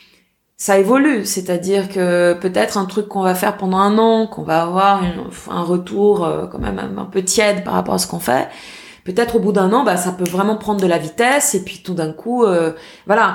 ça évolue. C'est-à-dire que peut-être un truc qu'on va faire pendant un an, qu'on va avoir une- un retour euh, quand même un peu tiède par rapport à ce qu'on fait. Peut-être au bout d'un an, bah ça peut vraiment prendre de la vitesse et puis tout d'un coup, euh, voilà.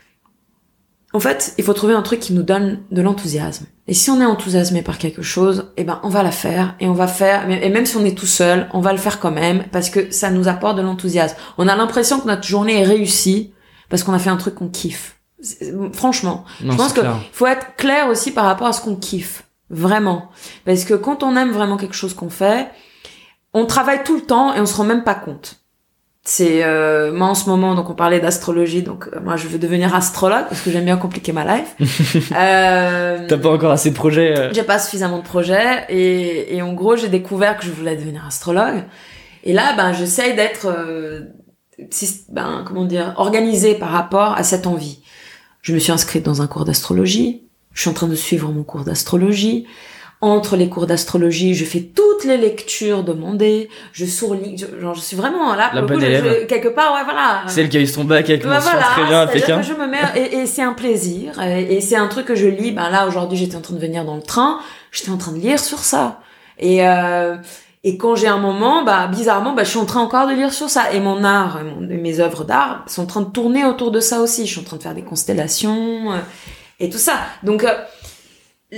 En fait, il faut trouver un truc qui nous donne de l'enthousiasme. Et si on est enthousiasmé par quelque chose, eh ben on va la faire et on va faire. Et même si on est tout seul, on va le faire quand même parce que ça nous apporte de l'enthousiasme. On a l'impression que notre journée est réussie parce qu'on a fait un truc qu'on kiffe. C'est- Franchement, Non, je pense c'est que clair. faut être clair aussi par rapport à ce qu'on kiffe, vraiment. Parce que quand on aime vraiment quelque chose qu'on fait, on travaille tout le temps et on se rend même pas compte. C'est euh, moi en ce moment, donc on parlait d'astrologie, donc euh, moi je veux devenir astrologue parce que j'aime bien compliquer ma life. euh, T'as pas encore assez de projets euh... j'ai pas suffisamment de projets et, et en gros j'ai découvert que je voulais devenir astrologue. Et là, ben j'essaye d'être, euh, syst- ben comment dire, organisée par rapport à cette envie. Je me suis inscrite dans un cours d'astrologie. Je suis en train de suivre mon cours d'astrologie. Entre les cours d'astrologie, je fais toutes les lectures demandées. Je souligne, je, genre, je suis vraiment là, pour La le coup, bonne je- élève. je- quelque part, ouais, voilà. Celle qui a eu son bac avec Bah mention voilà, très bien à c'est-à-dire Pékin. que je me mets, et, et c'est un plaisir, et, et c'est un truc que je lis. Ben là, aujourd'hui, j'étais en train de venir dans le train, j'étais en train de lire sur ça. Et, euh, Et quand j'ai un moment, bah bizarrement, bah je suis en train encore de lire sur ça. Et mon art, et mon, mes œuvres d'art sont en train de tourner autour de ça aussi. Je suis en train de faire des constellations euh, et tout ça. Donc, euh,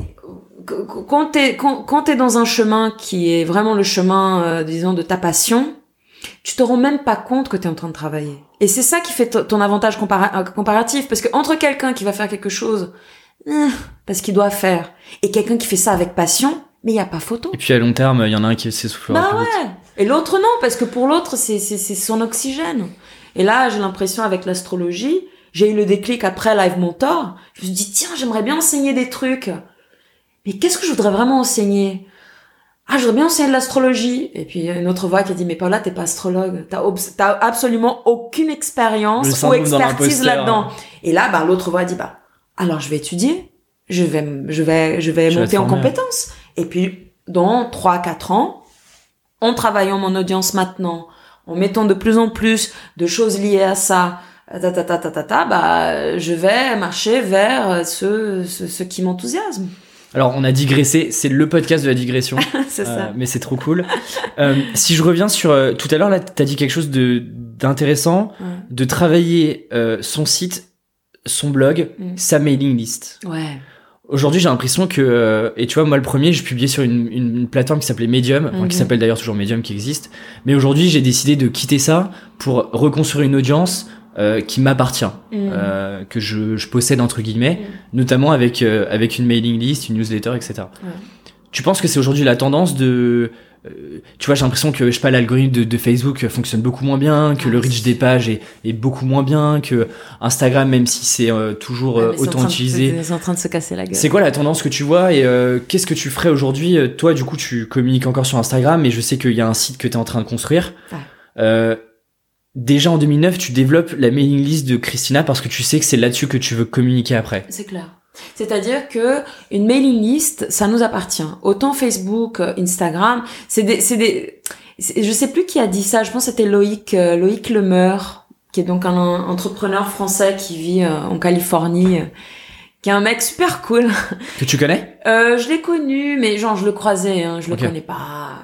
quand t'es quand, quand t'es dans un chemin qui est vraiment le chemin, euh, disons, de ta passion, tu te rends même pas compte que t'es en train de travailler. Et c'est ça qui fait t- ton avantage compara- comparatif, parce que entre quelqu'un qui va faire quelque chose euh, parce qu'il doit faire et quelqu'un qui fait ça avec passion, mais il y a pas photo. Et puis à long terme, il y en a un qui s'essoufflera bah plus ouais. vite. Et l'autre non, parce que pour l'autre c'est c'est c'est son oxygène. Et là, j'ai l'impression avec l'astrologie, j'ai eu le déclic après Live Mentor. Je me suis dit tiens, j'aimerais bien enseigner des trucs. Mais qu'est-ce que je voudrais vraiment enseigner? Ah, je voudrais bien enseigner de l'astrologie. Et puis une autre voix qui a dit mais Paula, t'es pas astrologue, t'as obs- t'as absolument aucune expérience ou expertise là-dedans. Et là, bah l'autre voix a dit bah alors je vais étudier, je vais je vais je vais Je monter vais en compétences. Et puis dans trois quatre ans, en travaillant mon audience maintenant, en mettant de plus en plus de choses liées à ça, ta ta ta ta ta ta, bah je vais marcher vers ce ce, ce qui m'enthousiasme. Alors, on a digressé, c'est le podcast de la digression. C'est ça. Euh, mais c'est trop cool. euh, si je reviens sur... Euh, tout à l'heure, là, t'as dit quelque chose de d'intéressant, Ouais. de travailler euh, son site, son blog, Mm. sa mailing list. Ouais. Aujourd'hui, j'ai l'impression que... Euh, et tu vois, moi, le premier, je publiais sur une, une, une plateforme qui s'appelait Medium, enfin, Mhm. qui s'appelle d'ailleurs toujours Medium, qui existe. Mais aujourd'hui, j'ai décidé de quitter ça pour reconstruire une audience euh, qui m'appartient, Mm. euh, que je, je possède, entre guillemets, Mm. notamment avec, euh, avec une mailing list, une newsletter, et cetera. Ouais. Tu penses que c'est aujourd'hui la tendance de... Euh, tu vois, j'ai l'impression que, je sais pas, l'algorithme de, de Facebook fonctionne beaucoup moins bien, que Ah, le reach des pages est, est beaucoup moins bien, que Instagram, même si c'est euh, toujours Ouais, euh, mais c'est en autant train de- utilisé... C'est en train de se casser la gueule. C'est quoi la tendance que tu vois et euh, qu'est-ce que tu ferais aujourd'hui? Toi, du coup, tu communiques encore sur Instagram, mais je sais qu'il y a un site que tu es en train de construire. Ouais. Euh, déjà en deux mille neuf, tu développes la mailing list de Christina parce que tu sais que c'est là-dessus que tu veux communiquer après. C'est clair. C'est-à-dire que une mailing list, ça nous appartient. Autant Facebook, Instagram, c'est des, c'est des, c'est- je sais plus qui a dit ça. Je pense que c'était Loïc, euh, Loïc Lemeur, qui est donc un, un entrepreneur français qui vit euh, en Californie, euh, qui est un mec super cool. Que tu connais? Euh, je l'ai connu, mais genre je le croisais, hein, je le Ok. connais pas.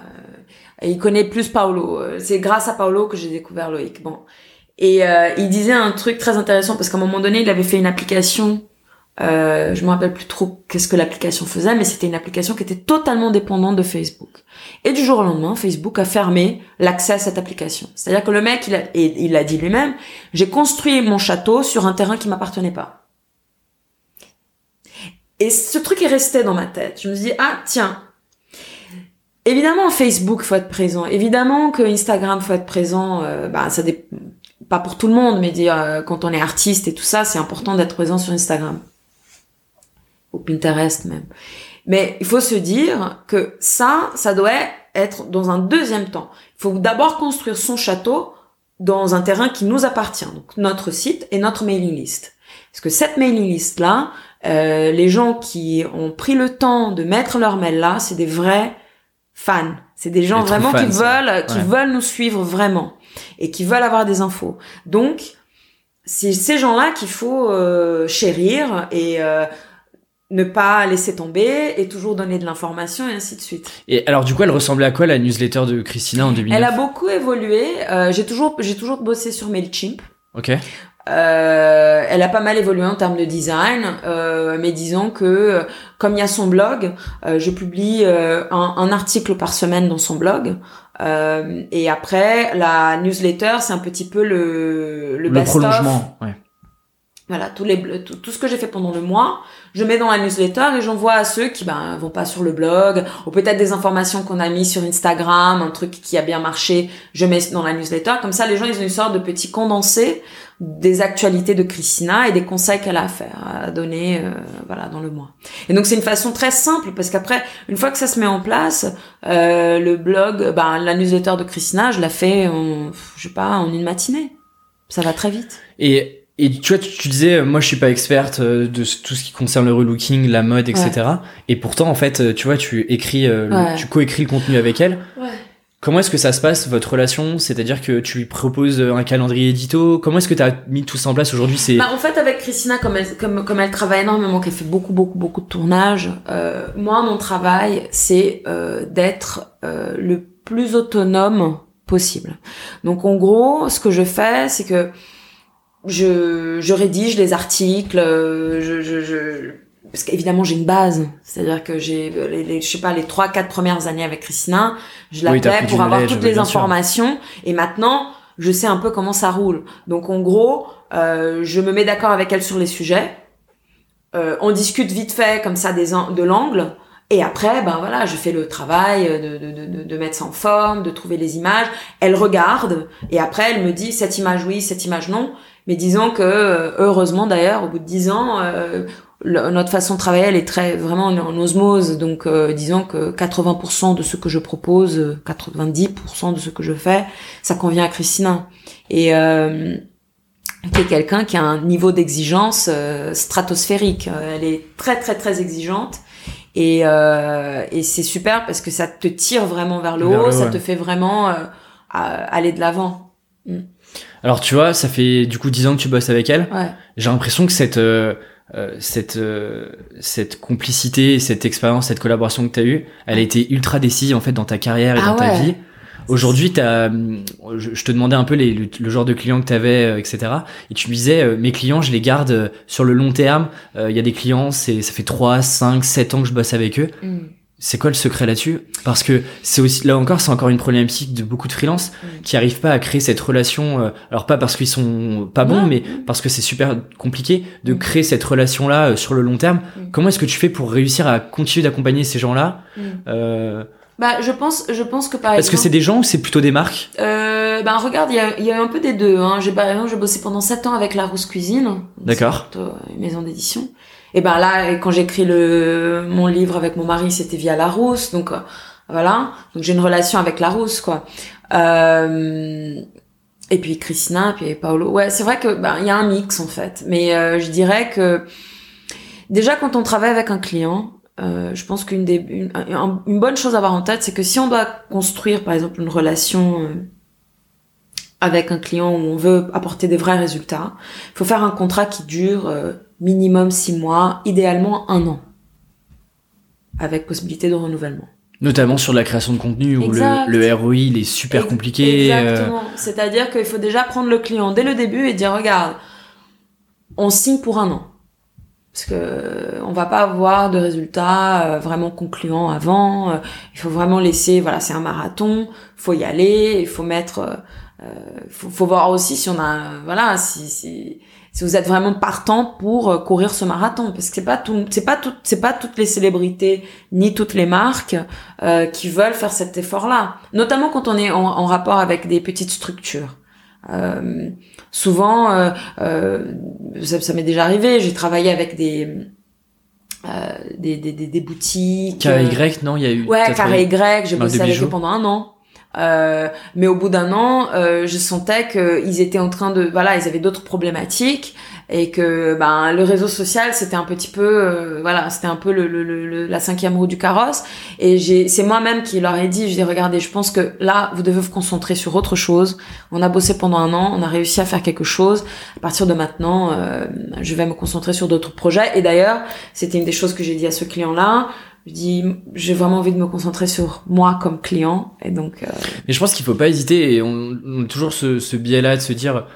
Euh, et il connaît plus Paolo. Euh, C'est grâce à Paolo que j'ai découvert Loïc. Bon. Et euh, il disait un truc très intéressant parce qu'à un moment donné, il avait fait une application. Euh, je me rappelle plus trop qu'est-ce que l'application faisait, mais c'était une application qui était totalement dépendante de Facebook. Et du jour au lendemain, Facebook a fermé l'accès à cette application. C'est-à-dire que le mec, il a, et il l'a dit lui-même, j'ai construit mon château sur un terrain qui m'appartenait pas. Et ce truc est resté dans ma tête. Je me dis, ah tiens, évidemment Facebook faut être présent, évidemment que Instagram faut être présent. Euh, bah ça dé... pas pour tout le monde, mais dire euh, quand on est artiste et tout ça, c'est important d'être présent sur Instagram. Ou Pinterest même. Mais il faut se dire que ça, ça doit être dans un deuxième temps. Il faut d'abord construire son château dans un terrain qui nous appartient, donc notre site et notre mailing list. Parce que cette mailing list-là, euh, les gens qui ont pris le temps de mettre leur mail là, c'est des vrais fans. C'est des gens Des true vraiment fans, qui ça. veulent, qui Ouais. veulent nous suivre vraiment et qui veulent avoir des infos. Donc, c'est ces gens-là qu'il faut euh, chérir et euh, ne pas laisser tomber et toujours donner de l'information et ainsi de suite. Et alors, du coup, elle ressemblait à quoi la newsletter de Christina en deux mille neuf? Elle a beaucoup évolué. Euh, j'ai toujours, j'ai toujours bossé sur Mailchimp. Ok. Euh, elle a pas mal évolué en termes de design, euh, mais disons que euh, comme il y a son blog, euh, je publie euh, un, un article par semaine dans son blog. Euh, et après, la newsletter, c'est un petit peu le le, Le best-of. prolongement, ouais. Voilà, tous les tout, tout ce que j'ai fait pendant le mois, je mets dans la newsletter et j'envoie à ceux qui ben vont pas sur le blog ou peut-être des informations qu'on a mis sur Instagram, un truc qui a bien marché, je mets dans la newsletter. Comme ça, les gens ils ont une sorte de petit condensé des actualités de Christina et des conseils qu'elle a à faire, à donner, euh, voilà, dans le mois. Et donc c'est une façon très simple parce qu'après, une fois que ça se met en place, euh, le blog, ben la newsletter de Christina, je la fais, en, je sais pas, en une matinée. Ça va très vite. Et Et tu vois, tu, tu disais, moi je suis pas experte euh, de ce- tout ce qui concerne le relooking, la mode, et cetera. Et pourtant, en fait, euh, tu vois, tu écris, euh, le- Ouais. tu coécris le contenu avec elle. Ouais. Comment est-ce que ça se passe, votre relation? C'est-à-dire que tu lui proposes un calendrier édito? Comment est-ce que tu as mis tout ça en place aujourd'hui? C'est... Bah, en fait, avec Christina, comme elle, comme, comme elle travaille énormément, qu'elle fait beaucoup, beaucoup, beaucoup de tournages, euh, moi, mon travail, c'est euh, d'être euh, le plus autonome possible. Donc, en gros, ce que je fais, c'est que je, je rédige les articles, je... je, je parce qu'évidemment j'ai une base, c'est-à-dire que j'ai les, les je sais pas les trois quatre premières années avec Christina, je l'appelais oui, pour avoir toutes les informations sûr. Et maintenant je sais un peu comment ça roule. Donc en gros, euh, je me mets d'accord avec elle sur les sujets, euh, on discute vite fait comme ça des de l'angle. Et après, ben voilà, je fais le travail de, de, de, de mettre ça en forme, de trouver les images. Elle regarde et après elle me dit cette image oui, cette image non. Mais disons que heureusement d'ailleurs, au bout de dix ans, euh, le, notre façon de travailler, elle est très vraiment en osmose. Donc euh, disons que quatre-vingts pour cent de ce que je propose, quatre-vingt-dix pour cent de ce que je fais, ça convient à Christina. Et euh, qui est quelqu'un qui a un niveau d'exigence euh, stratosphérique. Elle est très très très exigeante. Et, euh, et c'est super parce que ça te tire vraiment vers le vers haut, le, ça ouais. te fait vraiment euh, aller de l'avant. Mm. Alors tu vois, ça fait du coup dix ans que tu bosses avec elle. Ouais. J'ai l'impression que cette euh, cette euh, cette complicité, cette expérience, cette collaboration que tu as eue, elle a été ultra décisive en fait dans ta carrière et ah dans ouais. ta vie. Aujourd'hui, t'as, je te demandais un peu les, le, le genre de clients que tu avais, et cetera. Et tu me disais, euh, mes clients, je les garde sur le long terme. Il euh, y a des clients, c'est, ça fait trois, cinq, sept ans que je bosse avec eux. Mm. C'est quoi le secret là-dessus? Parce que c'est aussi, là encore, c'est encore une problématique de beaucoup de freelances mm. qui arrivent pas à créer cette relation. Euh, alors pas parce qu'ils sont pas bons, mm. mais parce que c'est super compliqué de mm. créer cette relation-là euh, sur le long terme. Mm. Comment est-ce que tu fais pour réussir à continuer d'accompagner ces gens-là? mm. euh, Bah, je pense, je pense que par Parce exemple. que c'est des gens ou c'est plutôt des marques? Euh, bah, regarde, il y a, il y a un peu des deux, hein. J'ai, par exemple, j'ai bossé pendant sept ans avec Larousse Cuisine. D'accord. C'est une maison d'édition. Et ben là, quand j'ai écrit le, mon livre avec mon mari, c'était via Larousse. Donc, euh, voilà. Donc, j'ai une relation avec Larousse, quoi. Euh, et puis Christina, puis Paolo. Ouais, c'est vrai que, ben, il y a un mix, en fait. Mais, euh, je dirais que, déjà, quand on travaille avec un client, Euh, je pense qu'une des une, une bonne chose à avoir en tête, c'est que si on doit construire par exemple une relation euh, avec un client où on veut apporter des vrais résultats, il faut faire un contrat qui dure euh, minimum six mois, idéalement un an, avec possibilité de renouvellement. Notamment sur la création de contenu où le, le R O I il est super Ex- compliqué. Exactement. Euh... C'est-à-dire qu'il faut déjà prendre le client dès le début et dire regarde, on signe pour un an. Parce que on va pas avoir de résultats euh, vraiment concluants avant. Euh, il faut vraiment laisser, voilà, c'est un marathon. Faut y aller. Il faut mettre, euh, faut, faut voir aussi si on a, voilà, si si si vous êtes vraiment partant pour euh, courir ce marathon. Parce que c'est pas tout, c'est pas tout, c'est pas toutes les célébrités ni toutes les marques euh, qui veulent faire cet effort-là. Notamment quand on est en, en rapport avec des petites structures. Euh, souvent, euh, euh, ça, ça m'est déjà arrivé. J'ai travaillé avec des euh, des, des, des des boutiques. Carré Y, non, il y a eu. Ouais, Carré Y. J'ai bossé avec eux pendant un an. Euh, mais au bout d'un an, euh, je sentais qu'ils étaient en train de, voilà, ils avaient d'autres problématiques et que, ben, le réseau social, c'était un petit peu, euh, voilà, c'était un peu le, le, le, la cinquième roue du carrosse. Et j'ai, c'est moi-même qui leur ai dit, je dis, regardez, je pense que là, vous devez vous concentrer sur autre chose. On a bossé pendant un an, on a réussi à faire quelque chose. À partir de maintenant, euh, je vais me concentrer sur d'autres projets. Et d'ailleurs, c'était une des choses que j'ai dit à ce client-là. Je dis, j'ai vraiment envie de me concentrer sur moi comme client, et donc. Euh... Mais je pense qu'il faut pas hésiter, et on, on a toujours ce, ce biais-là de se dire,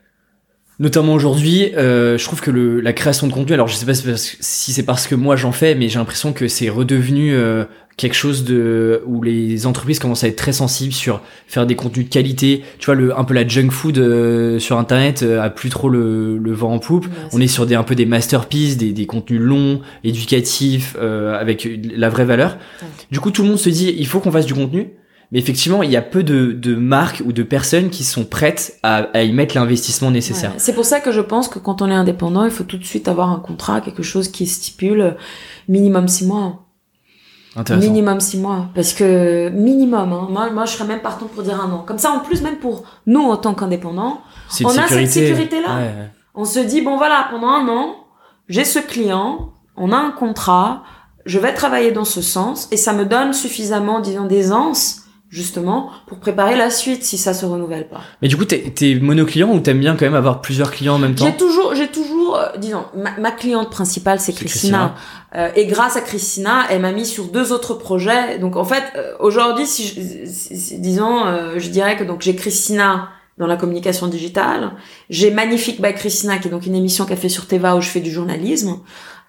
notamment aujourd'hui, euh, je trouve que le, la création de contenu, alors je sais pas si c'est parce que moi j'en fais, mais j'ai l'impression que c'est redevenu euh, quelque chose de où les entreprises commencent à être très sensibles sur faire des contenus de qualité. Tu vois, le un peu la junk food euh, sur internet euh, a plus trop le, le vent en poupe. Ouais, on est sur des un peu des masterpieces, des, des contenus longs, éducatifs, euh, avec la vraie valeur. Ouais. Du coup, tout le monde se dit il faut qu'on fasse du contenu. Mais effectivement, il y a peu de, de marques ou de personnes qui sont prêtes à, à y mettre l'investissement nécessaire. Ouais. C'est pour ça que je pense que quand on est indépendant, il faut tout de suite avoir un contrat, quelque chose qui stipule minimum six mois. Intéressant. Minimum six mois. Parce que minimum, hein. Moi, moi, je serais même partant pour dire un an. Comme ça, en plus, même pour nous, en tant qu'indépendants, on a cette sécurité-là. Ouais, ouais. On se dit, bon voilà, pendant un an, j'ai ce client, on a un contrat, je vais travailler dans ce sens, et ça me donne suffisamment, disons, d'aisance justement, pour préparer la suite si ça se renouvelle pas. Mais du coup, t'es, t'es monoclient ou t'aimes bien quand même avoir plusieurs clients en même temps? J'ai toujours, j'ai toujours, euh, disons, ma, ma cliente principale, c'est, c'est Christina. Christina. Euh, et grâce à Christina, elle m'a mis sur deux autres projets. Donc, en fait, euh, aujourd'hui, si, je, si, si disons, euh, je dirais que donc j'ai Christina dans la communication digitale. J'ai Magnifique by Christina, qui est donc une émission qu'elle fait sur Teva où je fais du journalisme.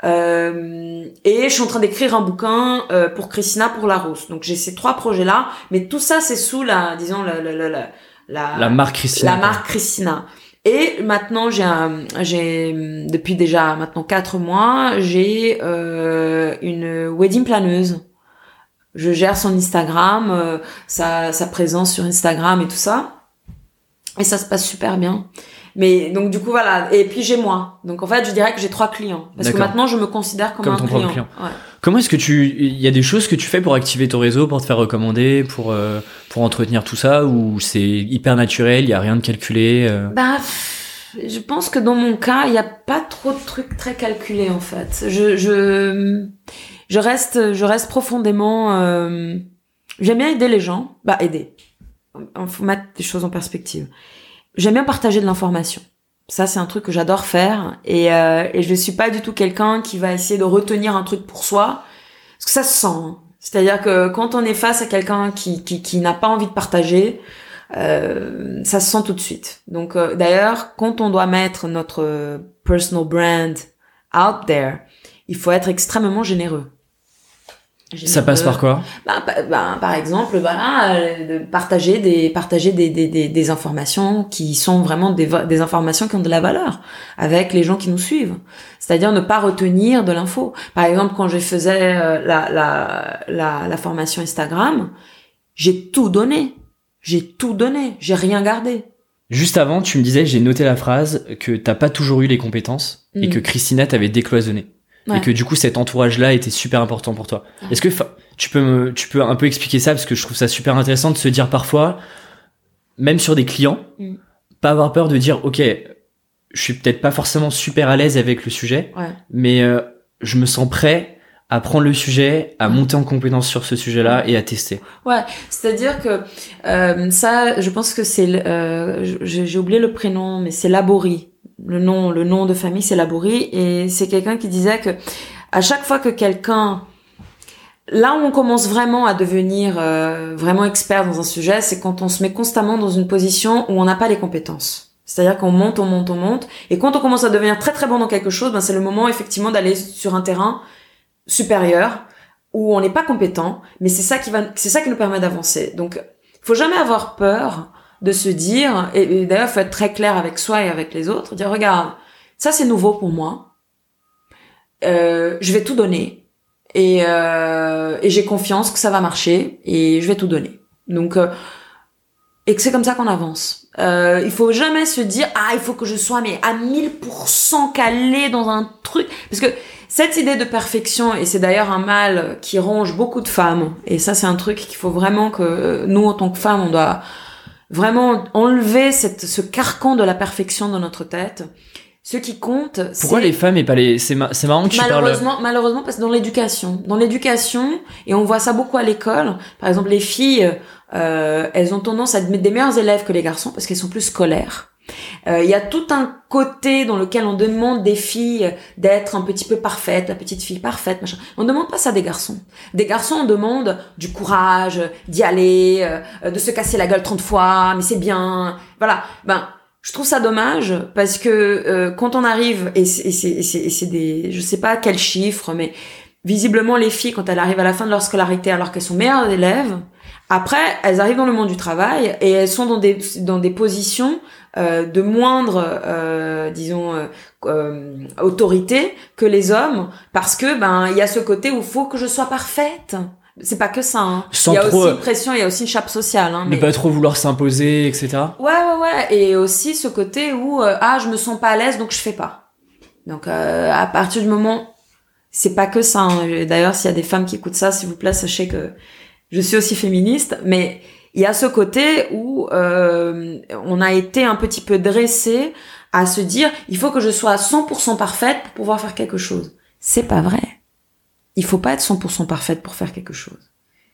Euh, et je suis en train d'écrire un bouquin euh, pour Christina pour Larousse. Donc j'ai ces trois projets-là, mais tout ça c'est sous la, disons la la la la, la marque Christina. La marque Christina. Et maintenant j'ai un, j'ai depuis déjà maintenant quatre mois j'ai euh, une wedding planeuse. Je gère son Instagram, euh, sa sa présence sur Instagram et tout ça. Et ça se passe super bien. Mais donc du coup voilà, et puis j'ai moi. Donc en fait, je dirais que j'ai trois clients parce D'accord. que maintenant je me considère comme, comme un ton client. client. Ouais. Comment est-ce que tu il y a des choses que tu fais pour activer ton réseau, pour te faire recommander, pour euh, pour entretenir tout ça, ou c'est hyper naturel, il y a rien de calculé euh... Bah je pense que dans mon cas, il y a pas trop de trucs très calculés en fait. Je je je reste je reste profondément euh, j'aime bien aider les gens, bah aider. Il faut mettre des choses en perspective. J'aime bien partager de l'information. Ça, c'est un truc que j'adore faire. Et, euh, et je suis pas du tout quelqu'un qui va essayer de retenir un truc pour soi. Parce que ça se sent. Hein. C'est-à-dire que quand on est face à quelqu'un qui, qui, qui n'a pas envie de partager, euh, ça se sent tout de suite. Donc, euh, d'ailleurs, quand on doit mettre notre personal brand out there, il faut être extrêmement généreux. Généreux. Ça passe par quoi? Bah, bah, par exemple, voilà, de partager des partager des, des des des informations qui sont vraiment des des informations qui ont de la valeur avec les gens qui nous suivent. C'est-à-dire ne pas retenir de l'info. Par exemple, quand je faisais la la la la formation Instagram, j'ai tout donné. J'ai tout donné, j'ai rien gardé. Juste avant, tu me disais, j'ai noté la phrase que t'as pas toujours eu les compétences mmh. et que Christina t'avait décloisonné. Ouais. Et que du coup cet entourage-là était super important pour toi. Ouais. Est-ce que tu peux me, tu peux un peu expliquer ça, parce que je trouve ça super intéressant de se dire parfois, même sur des clients, mm. pas avoir peur de dire ok, je suis peut-être pas forcément super à l'aise avec le sujet, ouais. mais euh, je me sens prêt à prendre le sujet, à monter en compétence sur ce sujet-là et à tester. Ouais, c'est-à-dire que euh, ça, je pense que c'est, euh, j'ai, j'ai oublié le prénom, mais c'est Laborie. Le nom, le nom de famille, c'est Laborie, et c'est quelqu'un qui disait que à chaque fois que quelqu'un, là où on commence vraiment à devenir euh, vraiment expert dans un sujet, c'est quand on se met constamment dans une position où on n'a pas les compétences. C'est-à-dire qu'on monte, on monte, on monte, et quand on commence à devenir très très bon dans quelque chose, ben c'est le moment effectivement d'aller sur un terrain supérieur où on n'est pas compétent, mais c'est ça qui va, c'est ça qui nous permet d'avancer. Donc, faut jamais avoir peur de se dire, et, et d'ailleurs, faut être très clair avec soi et avec les autres, dire, regarde, ça c'est nouveau pour moi, euh, je vais tout donner, et, euh, et j'ai confiance que ça va marcher, et je vais tout donner. Donc, euh, et que c'est comme ça qu'on avance. Euh, il faut jamais se dire, ah, il faut que je sois mais à mille pour cent calé dans un truc, parce que cette idée de perfection, et c'est d'ailleurs un mal qui ronge beaucoup de femmes, et ça c'est un truc qu'il faut vraiment que nous, en tant que femmes, on doit vraiment enlever cette, ce carcan de la perfection dans notre tête. Ce qui compte, c'est... Pourquoi les femmes et pas les... C'est, ma... c'est marrant que tu parles... Malheureusement, malheureusement, parce que dans l'éducation, dans l'éducation, et on voit ça beaucoup à l'école, par exemple, les filles, euh, elles ont tendance à être des meilleures élèves que les garçons parce qu'elles sont plus scolaires. Il euh, y a tout un côté dans lequel on demande des filles d'être un petit peu parfaites, la petite fille parfaite, machin. On ne demande pas ça des garçons. Des garçons, on demande du courage, d'y aller, euh, de se casser la gueule trente fois, mais c'est bien. Voilà. Ben, je trouve ça dommage parce que euh, quand on arrive, et c'est, et c'est, et c'est, et c'est des, je sais pas quels chiffres, mais visiblement les filles, quand elles arrivent à la fin de leur scolarité alors qu'elles sont meilleures élèves, après, elles arrivent dans le monde du travail et elles sont dans des dans des positions euh, de moindre, euh, disons, euh, euh, autorité que les hommes, parce que ben il y a ce côté où il faut que je sois parfaite. C'est pas que ça. Hein. Il y a aussi une pression, il y a aussi une chape sociale. Hein, ne mais... pas trop vouloir s'imposer, et cetera. Ouais, ouais, ouais. Et aussi ce côté où euh, ah je me sens pas à l'aise donc je fais pas. Donc euh, à partir du moment, c'est pas que ça. Hein. D'ailleurs, s'il y a des femmes qui écoutent ça, s'il vous plaît, sachez que je suis aussi féministe, mais il y a ce côté où euh, on a été un petit peu dressé à se dire il faut que je sois à cent pour cent parfaite pour pouvoir faire quelque chose. C'est pas vrai. Il faut pas être cent pour cent parfaite pour faire quelque chose.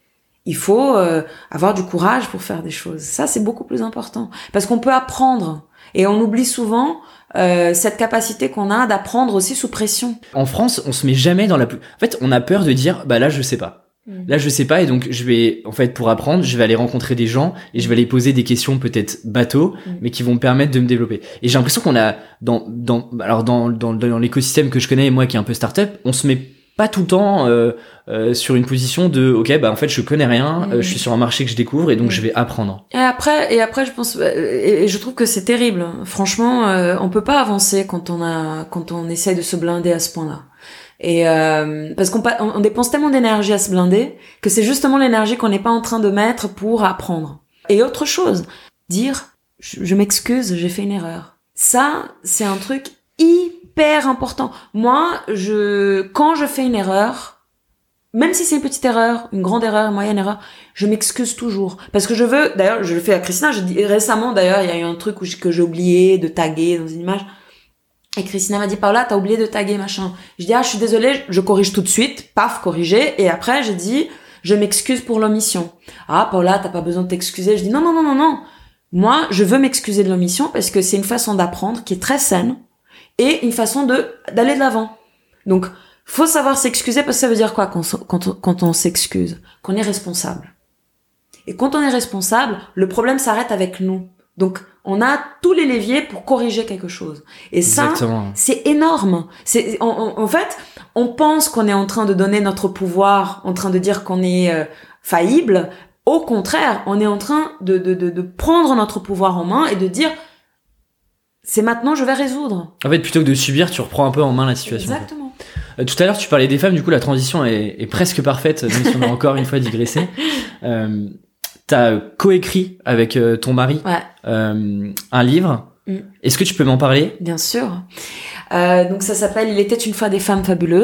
il faut euh, avoir du courage pour faire des choses. Ça, c'est beaucoup plus important. Parce qu'on peut apprendre. Et on oublie souvent euh, cette capacité qu'on a d'apprendre aussi sous pression. En France, on se met jamais dans la... En fait, on a peur de dire, bah là, je sais pas. Là, je sais pas, et donc je vais, en fait, pour apprendre, je vais aller rencontrer des gens et je vais aller poser des questions peut-être bateaux, mm. mais qui vont me permettre de me développer. Et j'ai l'impression qu'on a dans dans alors dans dans dans l'écosystème que je connais moi qui est un peu start-up, on se met pas tout le temps euh, euh, sur une position de ok bah en fait je connais rien, mm. euh, je suis sur un marché que je découvre et donc mm. je vais apprendre. Et après et après je pense et, et je trouve que c'est terrible. Franchement, euh, on peut pas avancer quand on a quand on essaie de se blinder à ce point-là. Et euh, parce qu'on on dépense tellement d'énergie à se blinder que c'est justement l'énergie qu'on n'est pas en train de mettre pour apprendre. Et autre chose, dire je, je m'excuse, j'ai fait une erreur. Ça, c'est un truc hyper important. Moi, je quand je fais une erreur, même si c'est une petite erreur, une grande erreur, une moyenne erreur, je m'excuse toujours parce que je veux. D'ailleurs, je le fais à Christina. Je dis récemment, d'ailleurs, il y a eu un truc où je, que j'ai oublié de taguer dans une image. Et Christina m'a dit, Paola, t'as oublié de taguer, machin. Je dis, ah, je suis désolée, je corrige tout de suite. Paf, corrigé. Et après, j'ai dit, je m'excuse pour l'omission. Ah, Paola, t'as pas besoin de t'excuser. Je dis, non, non, non, non, non. Moi, je veux m'excuser de l'omission parce que c'est une façon d'apprendre qui est très saine et une façon de, d'aller de l'avant. Donc, faut savoir s'excuser parce que ça veut dire quoi quand, quand on, quand on s'excuse? Qu'on est responsable. Et quand on est responsable, le problème s'arrête avec nous. Donc, on a tous les leviers pour corriger quelque chose. Et ça, Exactement. c'est énorme. C'est, on, on, en fait, on pense qu'on est en train de donner notre pouvoir, en train de dire qu'on est euh, faillible. Au contraire, on est en train de, de, de, de prendre notre pouvoir en main et de dire, c'est maintenant, je vais résoudre. En fait, plutôt que de subir, tu reprends un peu en main la situation. Exactement. Euh, tout à l'heure, tu parlais des femmes. Du coup, la transition est, est presque parfaite, même si on a encore une fois digressé. Euh, T'as coécrit avec euh, ton mari ouais. euh, un livre. Mm. Est-ce que tu peux m'en parler? Bien sûr. Euh, donc ça s'appelle « Il était une fois des femmes fabuleuses ».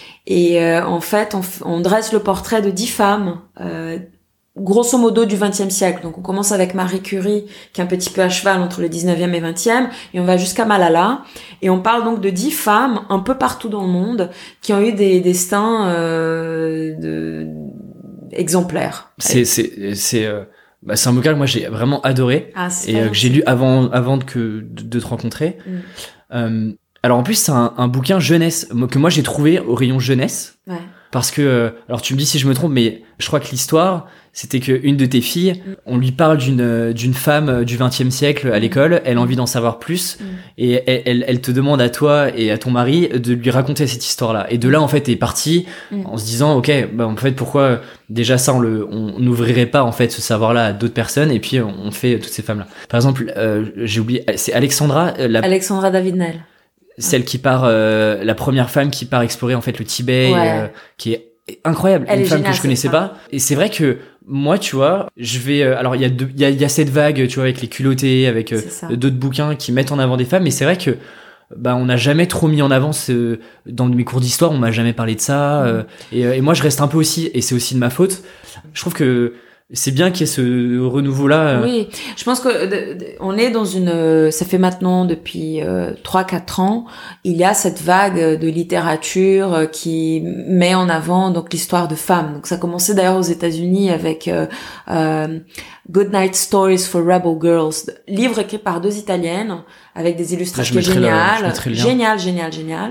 Et euh, en fait, on, on dresse le portrait de dix femmes, euh, grosso modo du vingtième siècle. Donc on commence avec Marie Curie, qui est un petit peu à cheval entre le dix-neuvième et vingtième, et on va jusqu'à Malala. Et on parle donc de dix femmes un peu partout dans le monde qui ont eu des destins euh, de exemplaire. C'est c'est c'est euh, bah c'est un bouquin que moi j'ai vraiment adoré ah, et euh, que j'ai lu avant avant de que de, de te rencontrer. Mm. Euh, alors en plus c'est un, un bouquin jeunesse que moi j'ai trouvé au rayon jeunesse. Ouais. Parce que euh, alors tu me dis si je me trompe mais je crois que l'histoire c'était que une de tes filles, mm. on lui parle d'une d'une femme du vingtième siècle à l'école, elle a envie d'en savoir plus mm. et elle, elle elle te demande à toi et à ton mari de lui raconter cette histoire-là. Et de là en fait t'es parti mm. en se disant OK, bah en fait pourquoi déjà ça on le on n'ouvrirait pas en fait ce savoir-là à d'autres personnes et puis on fait toutes ces femmes-là. Par exemple, euh, j'ai oublié c'est Alexandra la... Alexandra David-Nel. Celle qui part euh, la première femme qui part explorer en fait le Tibet ouais. euh, qui est incroyable, elle une est femme géniale, que je connaissais pas. Et c'est vrai que moi, tu vois, je vais euh, alors il y a deux, il y a il y a cette vague, tu vois, avec les culottés, avec euh, d'autres bouquins qui mettent en avant des femmes, mais c'est vrai que bah on n'a jamais trop mis en avant ce... dans mes cours d'histoire, on m'a jamais parlé de ça mmh. euh, et, et moi je reste un peu aussi et c'est aussi de ma faute. Je trouve que c'est bien qu'il y ait ce renouveau-là. Oui, je pense que de, de, on est dans une... Ça fait maintenant depuis euh, trois quatre ans, il y a cette vague de littérature qui met en avant donc l'histoire de femmes. Donc ça a commencé d'ailleurs aux États-Unis avec euh, euh, Good Night Stories for Rebel Girls, livre écrit par deux Italiennes avec des illustrations géniales, génial, génial, génial.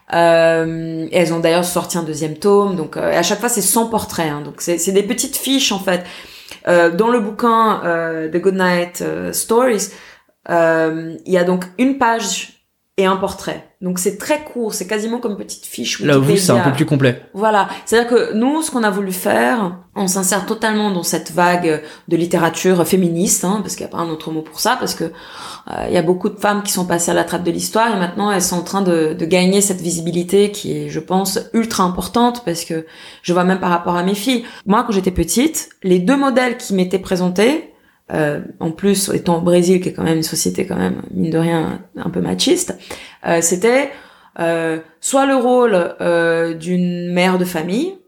Euh, et elles ont d'ailleurs sorti un deuxième tome, donc euh, et à chaque fois c'est cent portraits, hein, donc c'est, c'est des petites fiches en fait. Euh, dans le bouquin euh, The Good Night euh, Stories, euh, il y a donc une page et un portrait. Donc c'est très court, c'est quasiment comme une petite fiche Wikipédia. Là où vous, c'est un peu plus complet. Voilà, c'est-à-dire que nous, ce qu'on a voulu faire, on s'insère totalement dans cette vague de littérature féministe, hein, parce qu'il n'y a pas un autre mot pour ça, parce que euh, il y a beaucoup de femmes qui sont passées à la trappe de l'histoire et maintenant elles sont en train de, de gagner cette visibilité qui est, je pense, ultra importante, parce que je vois même par rapport à mes filles. Moi, quand j'étais petite, les deux modèles qui m'étaient présentés, Euh, en plus étant au Brésil qui est quand même une société quand même mine de rien un peu machiste, euh, c'était euh, soit le rôle euh, d'une mère de famille,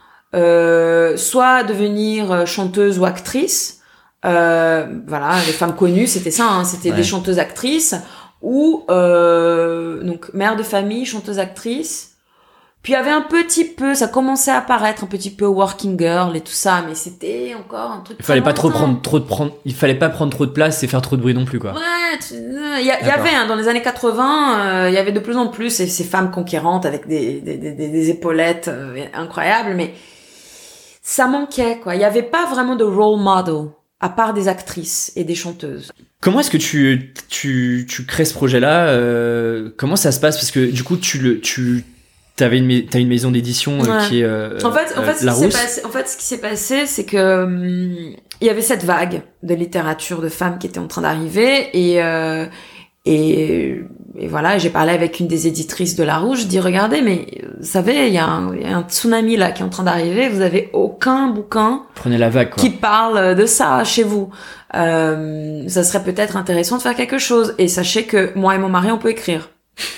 euh, soit devenir chanteuse ou actrice, euh, voilà, les femmes connues c'était ça, hein, c'était ouais. des chanteuses actrices, ou euh, donc mère de famille, chanteuse actrice, Puis il y avait un petit peu, ça commençait à apparaître un petit peu working girl et tout ça, mais c'était encore un truc. Il fallait pas trop longtemps. prendre trop de prendre, il fallait pas prendre trop de place et faire trop de bruit non plus, quoi. Ouais, tu- il y, a- il y avait, hein, dans les années quatre-vingts, euh, il y avait de plus en plus ces, ces femmes conquérantes avec des, des, des, des épaulettes euh, incroyables, mais ça manquait, quoi. Il y avait pas vraiment de role model, à part des actrices et des chanteuses. Comment est-ce que tu, tu, tu crées ce projet-là, euh, comment ça se passe? Parce que, du coup, tu le, tu, T'avais une, mais- t'as une maison d'édition euh, Ouais. qui est euh, En fait, en euh, fait, ce qui Larousse. s'est passé, en fait, ce qui s'est passé, c'est que hum, il y avait cette vague de littérature de femmes qui était en train d'arriver et euh, et, et voilà, j'ai parlé avec une des éditrices de Larousse. Je dis regardez, mais vous savez, il y, a un- il y a un tsunami là qui est en train d'arriver. Vous avez aucun bouquin Prenez la vague, quoi. qui parle de ça chez vous. Euh, ça serait peut-être intéressant de faire quelque chose. Et sachez que moi et mon mari, on peut écrire.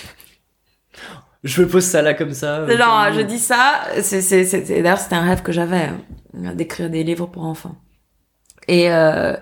Je me pose ça là comme ça. euh, Non, comme- je dis ça, c'est, c'est, c'est, c'est- d'ailleurs, c'était un rêve que j'avais, hein, d'écrire des livres pour enfants. Et, euh,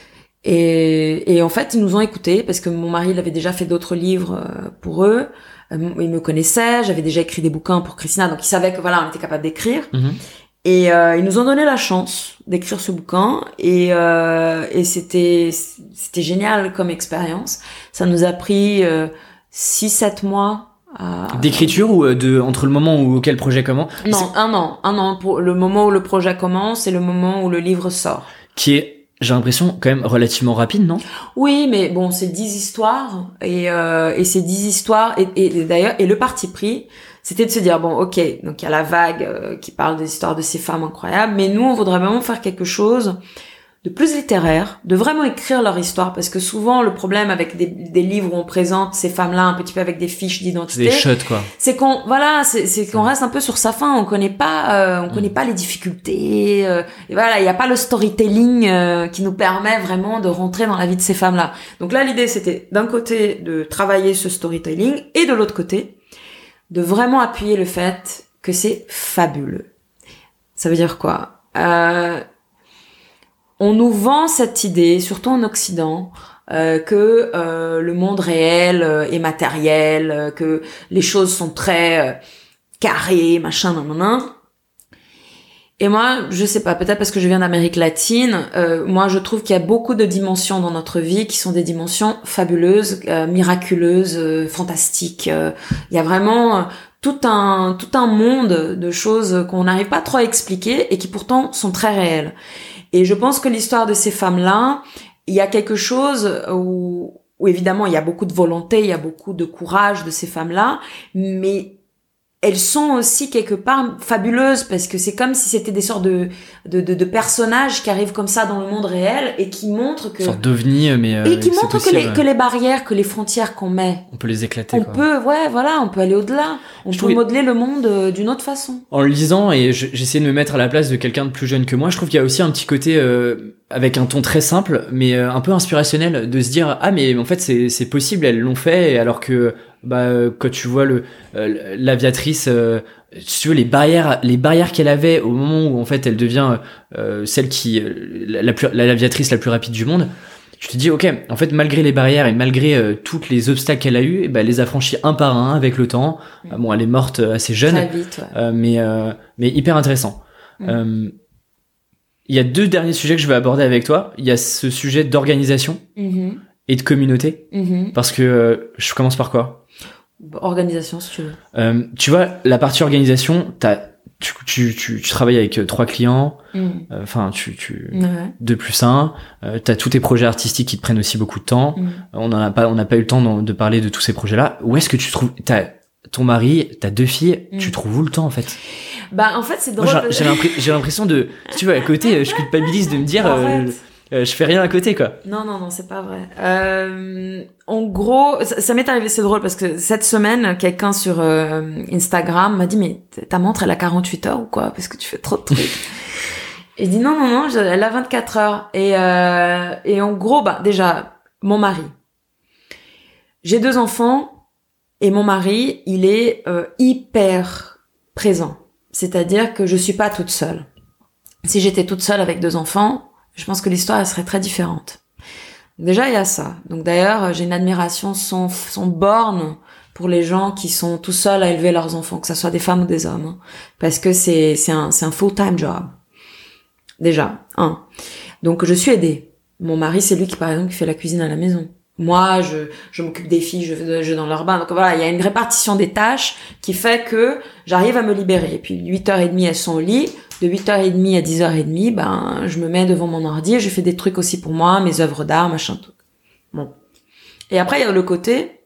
et, et en fait, ils nous ont écoutés parce que mon mari, il avait déjà fait d'autres livres euh, pour eux. Euh, il me connaissait, j'avais déjà écrit des bouquins pour Christina, donc il savait que voilà, on était capable d'écrire. Mhm. Et euh, ils nous ont donné la chance d'écrire ce bouquin et euh, et c'était c'était génial comme expérience. Ça nous a pris euh, six sept mois. À... D'écriture ou euh, de entre le moment où auquel le projet commence. Non, C'est- un an, un an pour le moment où le projet commence et le moment où le livre sort. Qui est, j'ai l'impression, quand même relativement rapide, non? Oui, mais bon, c'est dix histoires et euh, et ces dix histoires et, et, et d'ailleurs et le parti pris, c'était de se dire bon, ok, donc il y a la vague euh, qui parle des histoires de ces femmes incroyables, mais nous on voudrait vraiment faire quelque chose de plus littéraire, de vraiment écrire leur histoire, parce que souvent le problème avec des, des livres où on présente ces femmes-là un petit peu avec des fiches C'est d'identité, des shots, quoi. c'est qu'on voilà, c'est, c'est qu'on reste un peu sur sa faim, on connaît pas, euh, on Mm. connaît pas les difficultés, euh, et voilà, il y a pas le storytelling euh, qui nous permet vraiment de rentrer dans la vie de ces femmes-là. Donc là, l'idée c'était d'un côté de travailler ce storytelling et de l'autre côté de vraiment appuyer le fait que c'est fabuleux. Ça veut dire quoi? Euh, On nous vend cette idée, surtout en Occident, euh, que euh, le monde réel euh, est matériel, euh, que les choses sont très euh, carrées, machin, nan, nan, nan. Et moi, je sais pas, peut-être parce que je viens d'Amérique latine, euh, moi je trouve qu'il y a beaucoup de dimensions dans notre vie qui sont des dimensions fabuleuses, euh, miraculeuses, euh, fantastiques. Euh, il y a vraiment euh, tout un tout un monde de choses qu'on n'arrive pas trop à expliquer et qui pourtant sont très réelles. Et je pense que l'histoire de ces femmes-là, il y a quelque chose où, où évidemment il y a beaucoup de volonté, il y a beaucoup de courage de ces femmes-là, mais elles sont aussi quelque part fabuleuses parce que c'est comme si c'était des sortes de, de, de, de personnages qui arrivent comme ça dans le monde réel et qui montrent que... Une sorte d'ovni, mais euh, et qui c'est montrent que possible, les, ouais. que les barrières, que les frontières qu'on met, On peut les éclater, on quoi. peut, ouais, voilà, on peut aller au-delà. On Je peut trouvais- modeler le monde euh, d'une autre façon. En le lisant, et je- j'essaie de me mettre à la place de quelqu'un de plus jeune que moi, je trouve qu'il y a aussi un petit côté euh, avec un ton très simple, mais euh, un peu inspirationnel, de se dire ah mais en fait c'est c'est possible, elles l'ont fait, et alors que bah euh, quand tu vois le euh, l'aviatrice, euh, si tu veux les barrières les barrières qu'elle avait au moment où en fait elle devient euh, celle qui euh, la, la plus la- l'aviatrice la plus rapide du monde. Je te dis, ok, en fait, malgré les barrières et malgré euh, toutes les obstacles qu'elle a eu, eh ben, elle les a franchis un par un avec le temps. Mm. Euh, bon, elle est morte euh, assez jeune, Très vite, ouais. euh, mais euh, mais hyper intéressant. Mm. Euh, Il y a deux derniers sujets que je vais aborder avec toi. Il y a ce sujet d'organisation Mhm, et de communauté, mhm. parce que euh, je commence par quoi? Organisation, si tu veux. Euh, tu vois, la partie organisation, t'as tu, tu, tu, tu travailles avec euh, trois clients, Mhm. enfin tu tu Ouais. deux plus un, euh, t'as tous tes projets artistiques qui te prennent aussi beaucoup de temps. Mhm. On en a pas, on n'a pas eu le temps d'en- de parler de tous ces projets-là. Où est-ce que tu trouves, t'as ton mari, t'as deux filles, Mm. tu trouves où le temps en fait? Bah, en fait, c'est Moi, drôle. j'ai parce- j'ai l'impr- j'ai l'impression de, tu vois, à côté, euh, je culpabilise de me dire, euh, Arrête. euh, je fais rien à côté quoi. Non, non, non, c'est pas vrai. Euh, en gros, ça, ça m'est arrivé, c'est drôle, parce que cette semaine, quelqu'un sur euh, Instagram m'a dit, mais ta montre, elle a quarante-huit heures ou quoi? Parce que tu fais trop de trucs. Et je dis, non, non, non, je- elle a vingt-quatre heures. Et, euh, et en gros, bah, déjà, mon mari. J'ai deux enfants, et mon mari, il est euh, hyper présent. C'est-à-dire que je suis pas toute seule. Si j'étais toute seule avec deux enfants, je pense que l'histoire, elle serait très différente. Déjà, il y a ça. Donc d'ailleurs, j'ai une admiration sans, sans borne pour les gens qui sont tout seuls à élever leurs enfants, que ça soit des femmes ou des hommes, hein, parce que c'est c'est un c'est un full-time job. Déjà, un. Donc je suis aidée. Mon mari, c'est lui qui par exemple qui fait la cuisine à la maison. Moi, je je m'occupe des filles, je je vais dans leur bain. Donc voilà, il y a une répartition des tâches qui fait que j'arrive à me libérer. Et puis huit heures trente, elles sont au lit. De huit heures trente à dix heures trente, ben je me mets devant mon ordi et je fais des trucs aussi pour moi, mes œuvres d'art, machin tout. Bon. Et après il y a le côté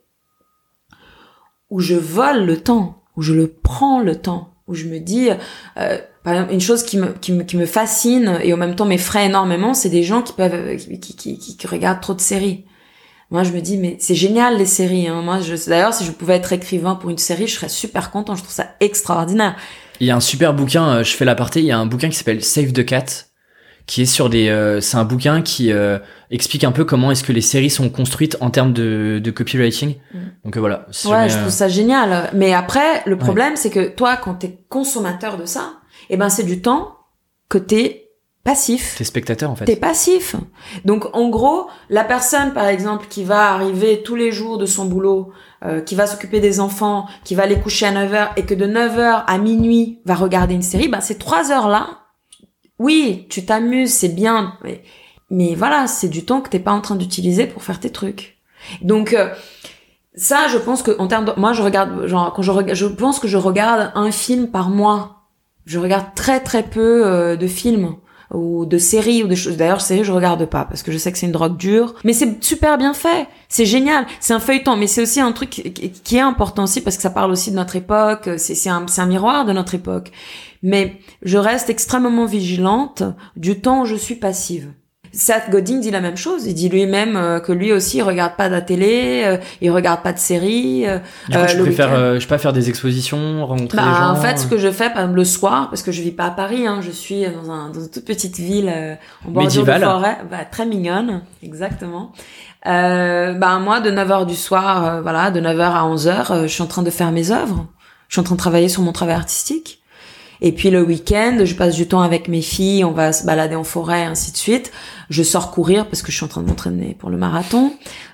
où je vole le temps, où je le prends le temps, où je me dis euh, par exemple une chose qui me qui me qui me fascine et en même temps m'effraie énormément, c'est des gens qui peuvent qui qui qui, qui regardent trop de séries. Moi, je me dis, mais c'est génial, les séries, hein. Moi, je, d'ailleurs, si je pouvais être écrivain pour une série, je serais super content. Je trouve ça extraordinaire. Il y a un super bouquin, je fais l'aparté, il y a un bouquin qui s'appelle Save the Cat, qui est sur des, euh, c'est un bouquin qui euh, explique un peu comment est-ce que les séries sont construites en termes de, de copywriting. Mmh. Donc euh, voilà. Si ouais, jamais, je trouve ça génial. Mais après, le problème, ouais. c'est que toi, quand t'es consommateur de ça, eh ben, c'est du temps que t'es passif. T'es spectateur, en fait. T'es passif. Donc, en gros, la personne, par exemple, qui va arriver tous les jours de son boulot, euh, qui va s'occuper des enfants, qui va les coucher à neuf heures et que de neuf heures à minuit va regarder une série, ben, ces trois heures-là, oui, tu t'amuses, c'est bien, mais, mais voilà, c'est du temps que t'es pas en train d'utiliser pour faire tes trucs. Donc, euh, ça, je pense que, en termes de, moi, je regarde, genre, quand je regarde, je pense que je regarde un film par mois. Je regarde très, très peu, euh, de films. Ou de séries ou des choses. D'ailleurs, séries, je regarde pas parce que je sais que c'est une drogue dure. Mais c'est super bien fait. C'est génial. C'est un feuilleton, mais c'est aussi un truc qui est important aussi parce que ça parle aussi de notre époque. C'est, c'est un, c'est un miroir de notre époque. Mais je reste extrêmement vigilante du temps où je suis passive. Seth Godin dit la même chose. Il dit lui-même euh, que lui aussi il regarde pas de la télé, euh, il regarde pas de séries. Euh, du coup, tu préfères, euh, je sais pas, faire des expositions, rencontrer bah, des gens. En fait, ce que je fais, par exemple, le soir, parce que je vis pas à Paris, hein, je suis dans, un, dans une toute petite ville euh, en bordure de forêt, bah, très mignonne, exactement. Euh, bah moi, de neuf heures du soir, euh, voilà, de neuf heures à onze heures, euh, je suis en train de faire mes œuvres. Je suis en train de travailler sur mon travail artistique. Et puis le week-end, je passe du temps avec mes filles, on va se balader en forêt, ainsi de suite. Je sors courir parce que je suis en train de m'entraîner pour le marathon.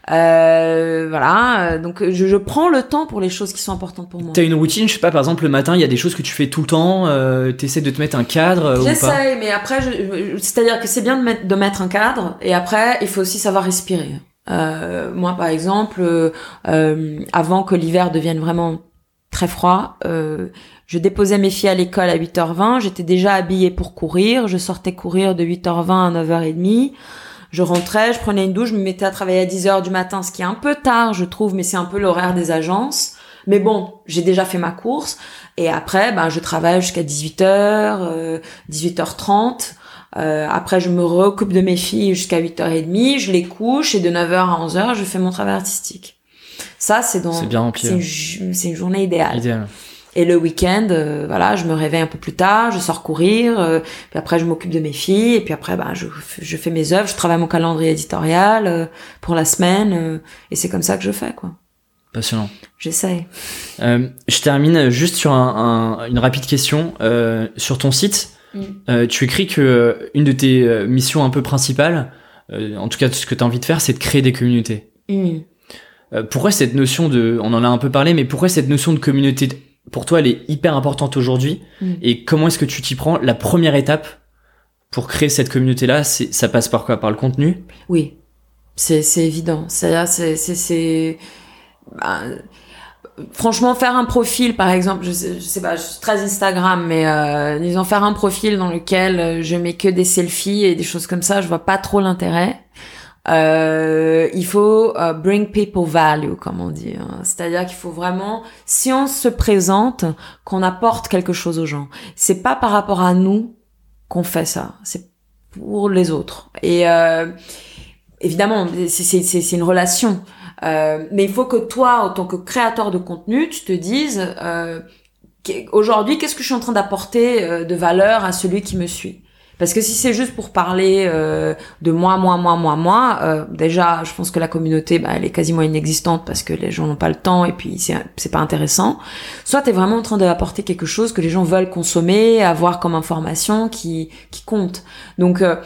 Euh, voilà, donc je, je prends le temps pour les choses qui sont importantes pour moi. T'as une routine, je sais pas, par exemple le matin, il y a des choses que tu fais tout le temps, euh, t'essaies de te mettre un cadre euh, ou pas? J'essaie, mais après, je, je, c'est-à-dire que c'est bien de mettre, de mettre un cadre, et après, il faut aussi savoir respirer. Euh, moi, par exemple, euh, avant que l'hiver devienne vraiment très froid, euh, je déposais mes filles à l'école à huit heures vingt, j'étais déjà habillée pour courir, je sortais courir de huit heures vingt à neuf heures trente, je rentrais, je prenais une douche, je me mettais à travailler à dix heures du matin, ce qui est un peu tard, je trouve, mais c'est un peu l'horaire des agences. Mais bon, j'ai déjà fait ma course, et après, ben, je travaille jusqu'à dix-huit heures, euh, dix-huit heures trente, euh, après je me recoupe de mes filles jusqu'à huit heures trente, je les couche, et de neuf heures à onze heures, je fais mon travail artistique. Ça, c'est dans, c'est bien rempli. C'est une, c'est une journée idéale. Idéal. Et le week-end, euh, voilà, je me réveille un peu plus tard, je sors courir, euh, puis après je m'occupe de mes filles, et puis après, bah, je, je fais mes œuvres, je travaille mon calendrier éditorial euh, pour la semaine, euh, et c'est comme ça que je fais, quoi. Passionnant. J'essaye. Euh, je termine juste sur un, un, une rapide question. Euh, sur ton site, mm. euh, tu écris que euh, une de tes euh, missions un peu principales, euh, en tout cas ce que tu as envie de faire, c'est de créer des communautés. Mm. Euh, pourquoi cette notion de, on en a un peu parlé, mais pourquoi cette notion de communauté, pour toi, elle est hyper importante aujourd'hui, mm. et comment est-ce que tu t'y prends? La première étape pour créer cette communauté-là, c'est, ça passe par quoi? Par le contenu? Oui, c'est, c'est évident. C'est, c'est, c'est, c'est... Bah, franchement, faire un profil, par exemple, je sais, je sais pas, je suis très Instagram, mais euh, disons faire un profil dans lequel je mets que des selfies et des choses comme ça, je vois pas trop l'intérêt. Euh, il faut uh, bring people value, comme on dit, hein. C'est-à-dire qu'il faut vraiment, si on se présente, qu'on apporte quelque chose aux gens. C'est pas par rapport à nous qu'on fait ça, c'est pour les autres. Et euh, évidemment, c'est, c'est, c'est, c'est une relation. Euh, mais il faut que toi, en tant que créateur de contenu, tu te dises euh, aujourd'hui, qu'est-ce que je suis en train d'apporter euh, de valeur à celui qui me suit? Parce que si c'est juste pour parler euh, de moi, moi, moi, moi, moi, euh, déjà, je pense que la communauté, bah, elle est quasiment inexistante parce que les gens n'ont pas le temps et puis c'est, c'est pas intéressant. Soit t'es vraiment en train d'apporter quelque chose que les gens veulent consommer, avoir comme information qui qui compte. Donc euh,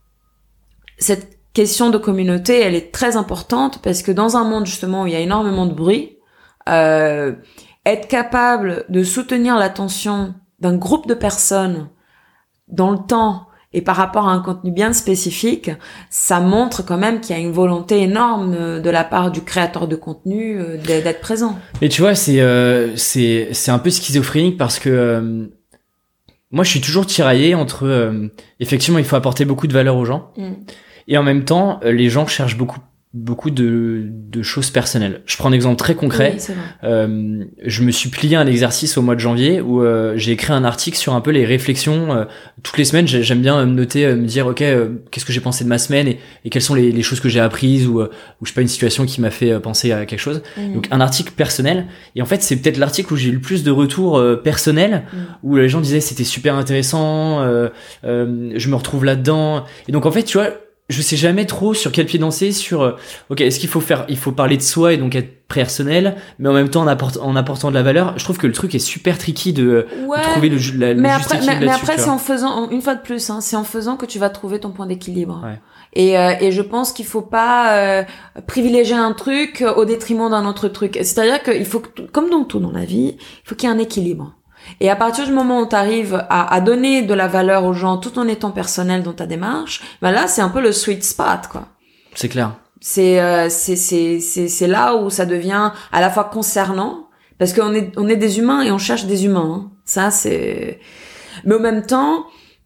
cette question de communauté, elle est très importante parce que dans un monde justement où il y a énormément de bruit, euh, être capable de soutenir l'attention d'un groupe de personnes dans le temps et par rapport à un contenu bien spécifique, ça montre quand même qu'il y a une volonté énorme de la part du créateur de contenu d'être présent. Mais tu vois, c'est euh, c'est c'est un peu schizophrénique parce que euh, moi, je suis toujours tiraillé entre euh, effectivement, il faut apporter beaucoup de valeur aux gens mm. et en même temps, les gens cherchent beaucoup beaucoup de, de choses personnelles. Je prends un exemple très concret. Oui, c'est vrai. Euh, je me suis plié à un exercice au mois de janvier où euh, j'ai écrit un article sur un peu les réflexions. Euh, toutes les semaines, j'aime bien me noter, euh, me dire, ok, euh, qu'est-ce que j'ai pensé de ma semaine et, et quelles sont les, les choses que j'ai apprises ou, euh, ou je sais pas, une situation qui m'a fait euh, penser à quelque chose. Mmh. Donc un article personnel. Et en fait, c'est peut-être l'article où j'ai eu le plus de retours euh, personnels, mmh. où les gens disaient c'était super intéressant, euh, euh, je me retrouve là-dedans. Et donc en fait, tu vois, je sais jamais trop sur quel pied danser, sur euh, ok, est-ce qu'il faut faire, il faut parler de soi et donc être personnel, mais en même temps en, apport, en apportant de la valeur. Je trouve que le truc est super tricky de, ouais, de trouver le, la, le mais juste après, équilibre mais, mais là-dessus. après, c'est en faisant, une fois de plus, hein, c'est en faisant que tu vas trouver ton point d'équilibre. Ouais. Et, euh, et je pense qu'il faut pas euh, privilégier un truc au détriment d'un autre truc. C'est-à-dire qu'il faut, que, comme dans tout dans la vie, il faut qu'il y ait un équilibre. Et à partir du moment où tu arrives à, à donner de la valeur aux gens tout en étant personnel dans ta démarche, ben là c'est un peu le sweet spot, quoi. C'est clair. C'est euh, c'est c'est c'est c'est là où ça devient à la fois concernant, parce qu'on est on est des humains et on cherche des humains. Hein. Ça c'est. Mais en même temps,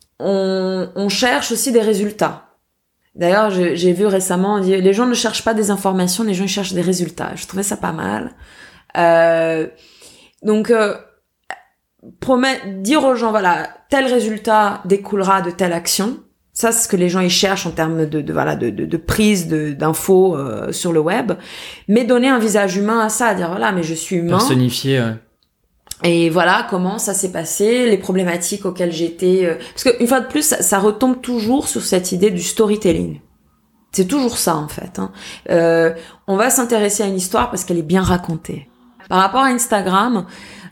on on cherche aussi des résultats. D'ailleurs, j'ai, j'ai vu récemment, on dit, les gens ne cherchent pas des informations, les gens ils cherchent des résultats. Je trouvais ça pas mal. Euh, donc euh, promettre, dire aux gens, voilà, tel résultat découlera de telle action. Ça, c'est ce que les gens ils cherchent en termes de, de voilà, de, de, de prise de, d'infos euh, sur le web. Mais donner un visage humain à ça, dire voilà, mais je suis humain. Personnifié, ouais. Et voilà comment ça s'est passé, les problématiques auxquelles j'étais. Euh... Parce que une fois de plus, ça, ça retombe toujours sur cette idée du storytelling. C'est toujours ça en fait. Hein. Euh, on va s'intéresser à une histoire parce qu'elle est bien racontée. Par rapport à Instagram.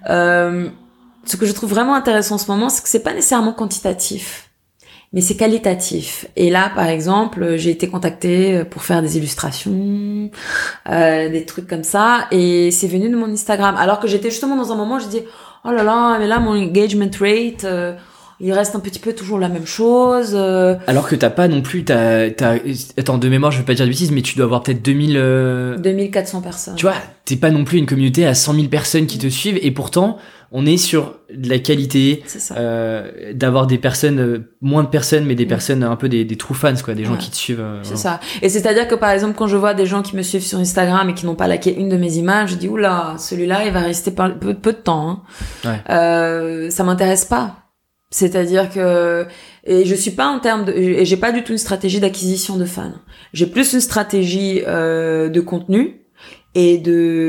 Euh, Ce que je trouve vraiment intéressant en ce moment, c'est que c'est pas nécessairement quantitatif, mais c'est qualitatif. Et là, par exemple, j'ai été contactée pour faire des illustrations, euh, des trucs comme ça, et c'est venu de mon Instagram. Alors que j'étais justement dans un moment où je dis, oh là là, mais là, mon engagement rate, euh, il reste un petit peu toujours la même chose. Euh... Alors que t'as pas non plus, t'as, t'as, attends, de mémoire, je vais pas dire de bêtises, mais tu dois avoir peut-être deux mille... Euh... deux mille quatre cents personnes. Tu vois, t'es pas non plus une communauté à cent mille personnes qui te suivent, et pourtant, on est sur de la qualité, c'est ça. Euh, d'avoir des personnes, euh, moins de personnes, mais des mmh. personnes un peu des, des true fans, quoi, des gens ouais. qui te suivent. Euh, c'est voilà. Ça. Et c'est-à-dire que par exemple, quand je vois des gens qui me suivent sur Instagram et qui n'ont pas liké une de mes images, je dis oula, celui-là, il va rester par peu, peu de temps. Hein. Ouais. Euh, ça m'intéresse pas. C'est-à-dire que et je suis pas en termes de et j'ai pas du tout une stratégie d'acquisition de fans. J'ai plus une stratégie euh, de contenu et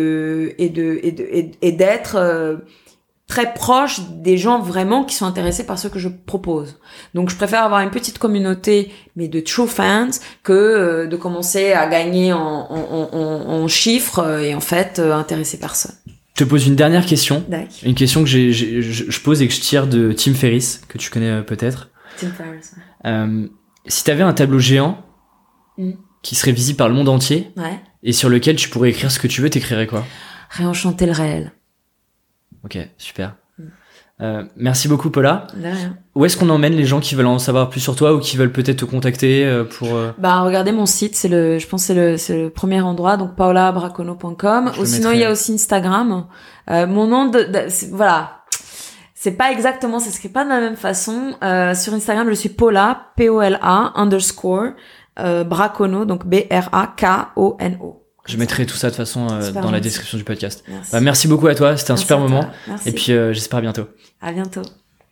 de et de et de et, et d'être euh, très proche des gens vraiment qui sont intéressés par ce que je propose. Donc je préfère avoir une petite communauté mais de true fans que euh, de commencer à gagner en en en, en chiffres et en fait euh, intéresser personne. Je te pose une dernière question. D'accord. Une question que j'ai, j'ai, je pose et que je tire de Tim Ferriss, que tu connais peut-être. Tim Ferriss, ouais. Euh, si t'avais un tableau géant mm. qui serait visible par le monde entier ouais. et sur lequel tu pourrais écrire ce que tu veux, t'écrirais quoi ? Réenchanter le réel. Ok, super. Mm. Euh, merci beaucoup Paula. De rien. Où est-ce qu'on emmène les gens qui veulent en savoir plus sur toi ou qui veulent peut-être te contacter pour euh... Bah regardez mon site, c'est le je pense que c'est le c'est le premier endroit, donc paola bracono point com. Ou sinon il y a aussi Instagram. Euh, mon nom de, de c'est, voilà. C'est pas exactement, ça s'écrit pas de la même façon. Euh, sur Instagram, je suis Paula P O L A underscore euh, Bracono, donc B R A K O N O. Je mettrai tout ça de toute façon euh, dans la description du podcast. Merci, bah, merci beaucoup à toi, c'était un merci super moment. Merci. Et puis euh, j'espère à bientôt. À bientôt.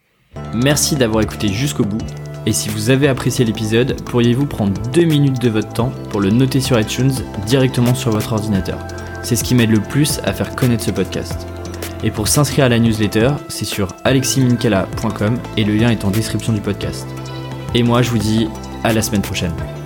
Merci d'avoir écouté jusqu'au bout. Et si vous avez apprécié l'épisode, pourriez-vous prendre deux minutes de votre temps pour le noter sur iTunes directement sur votre ordinateur. C'est ce qui m'aide le plus à faire connaître ce podcast. Et pour s'inscrire à la newsletter, c'est sur alexis minkela point com et le lien est en description du podcast. Et moi je vous dis à la semaine prochaine.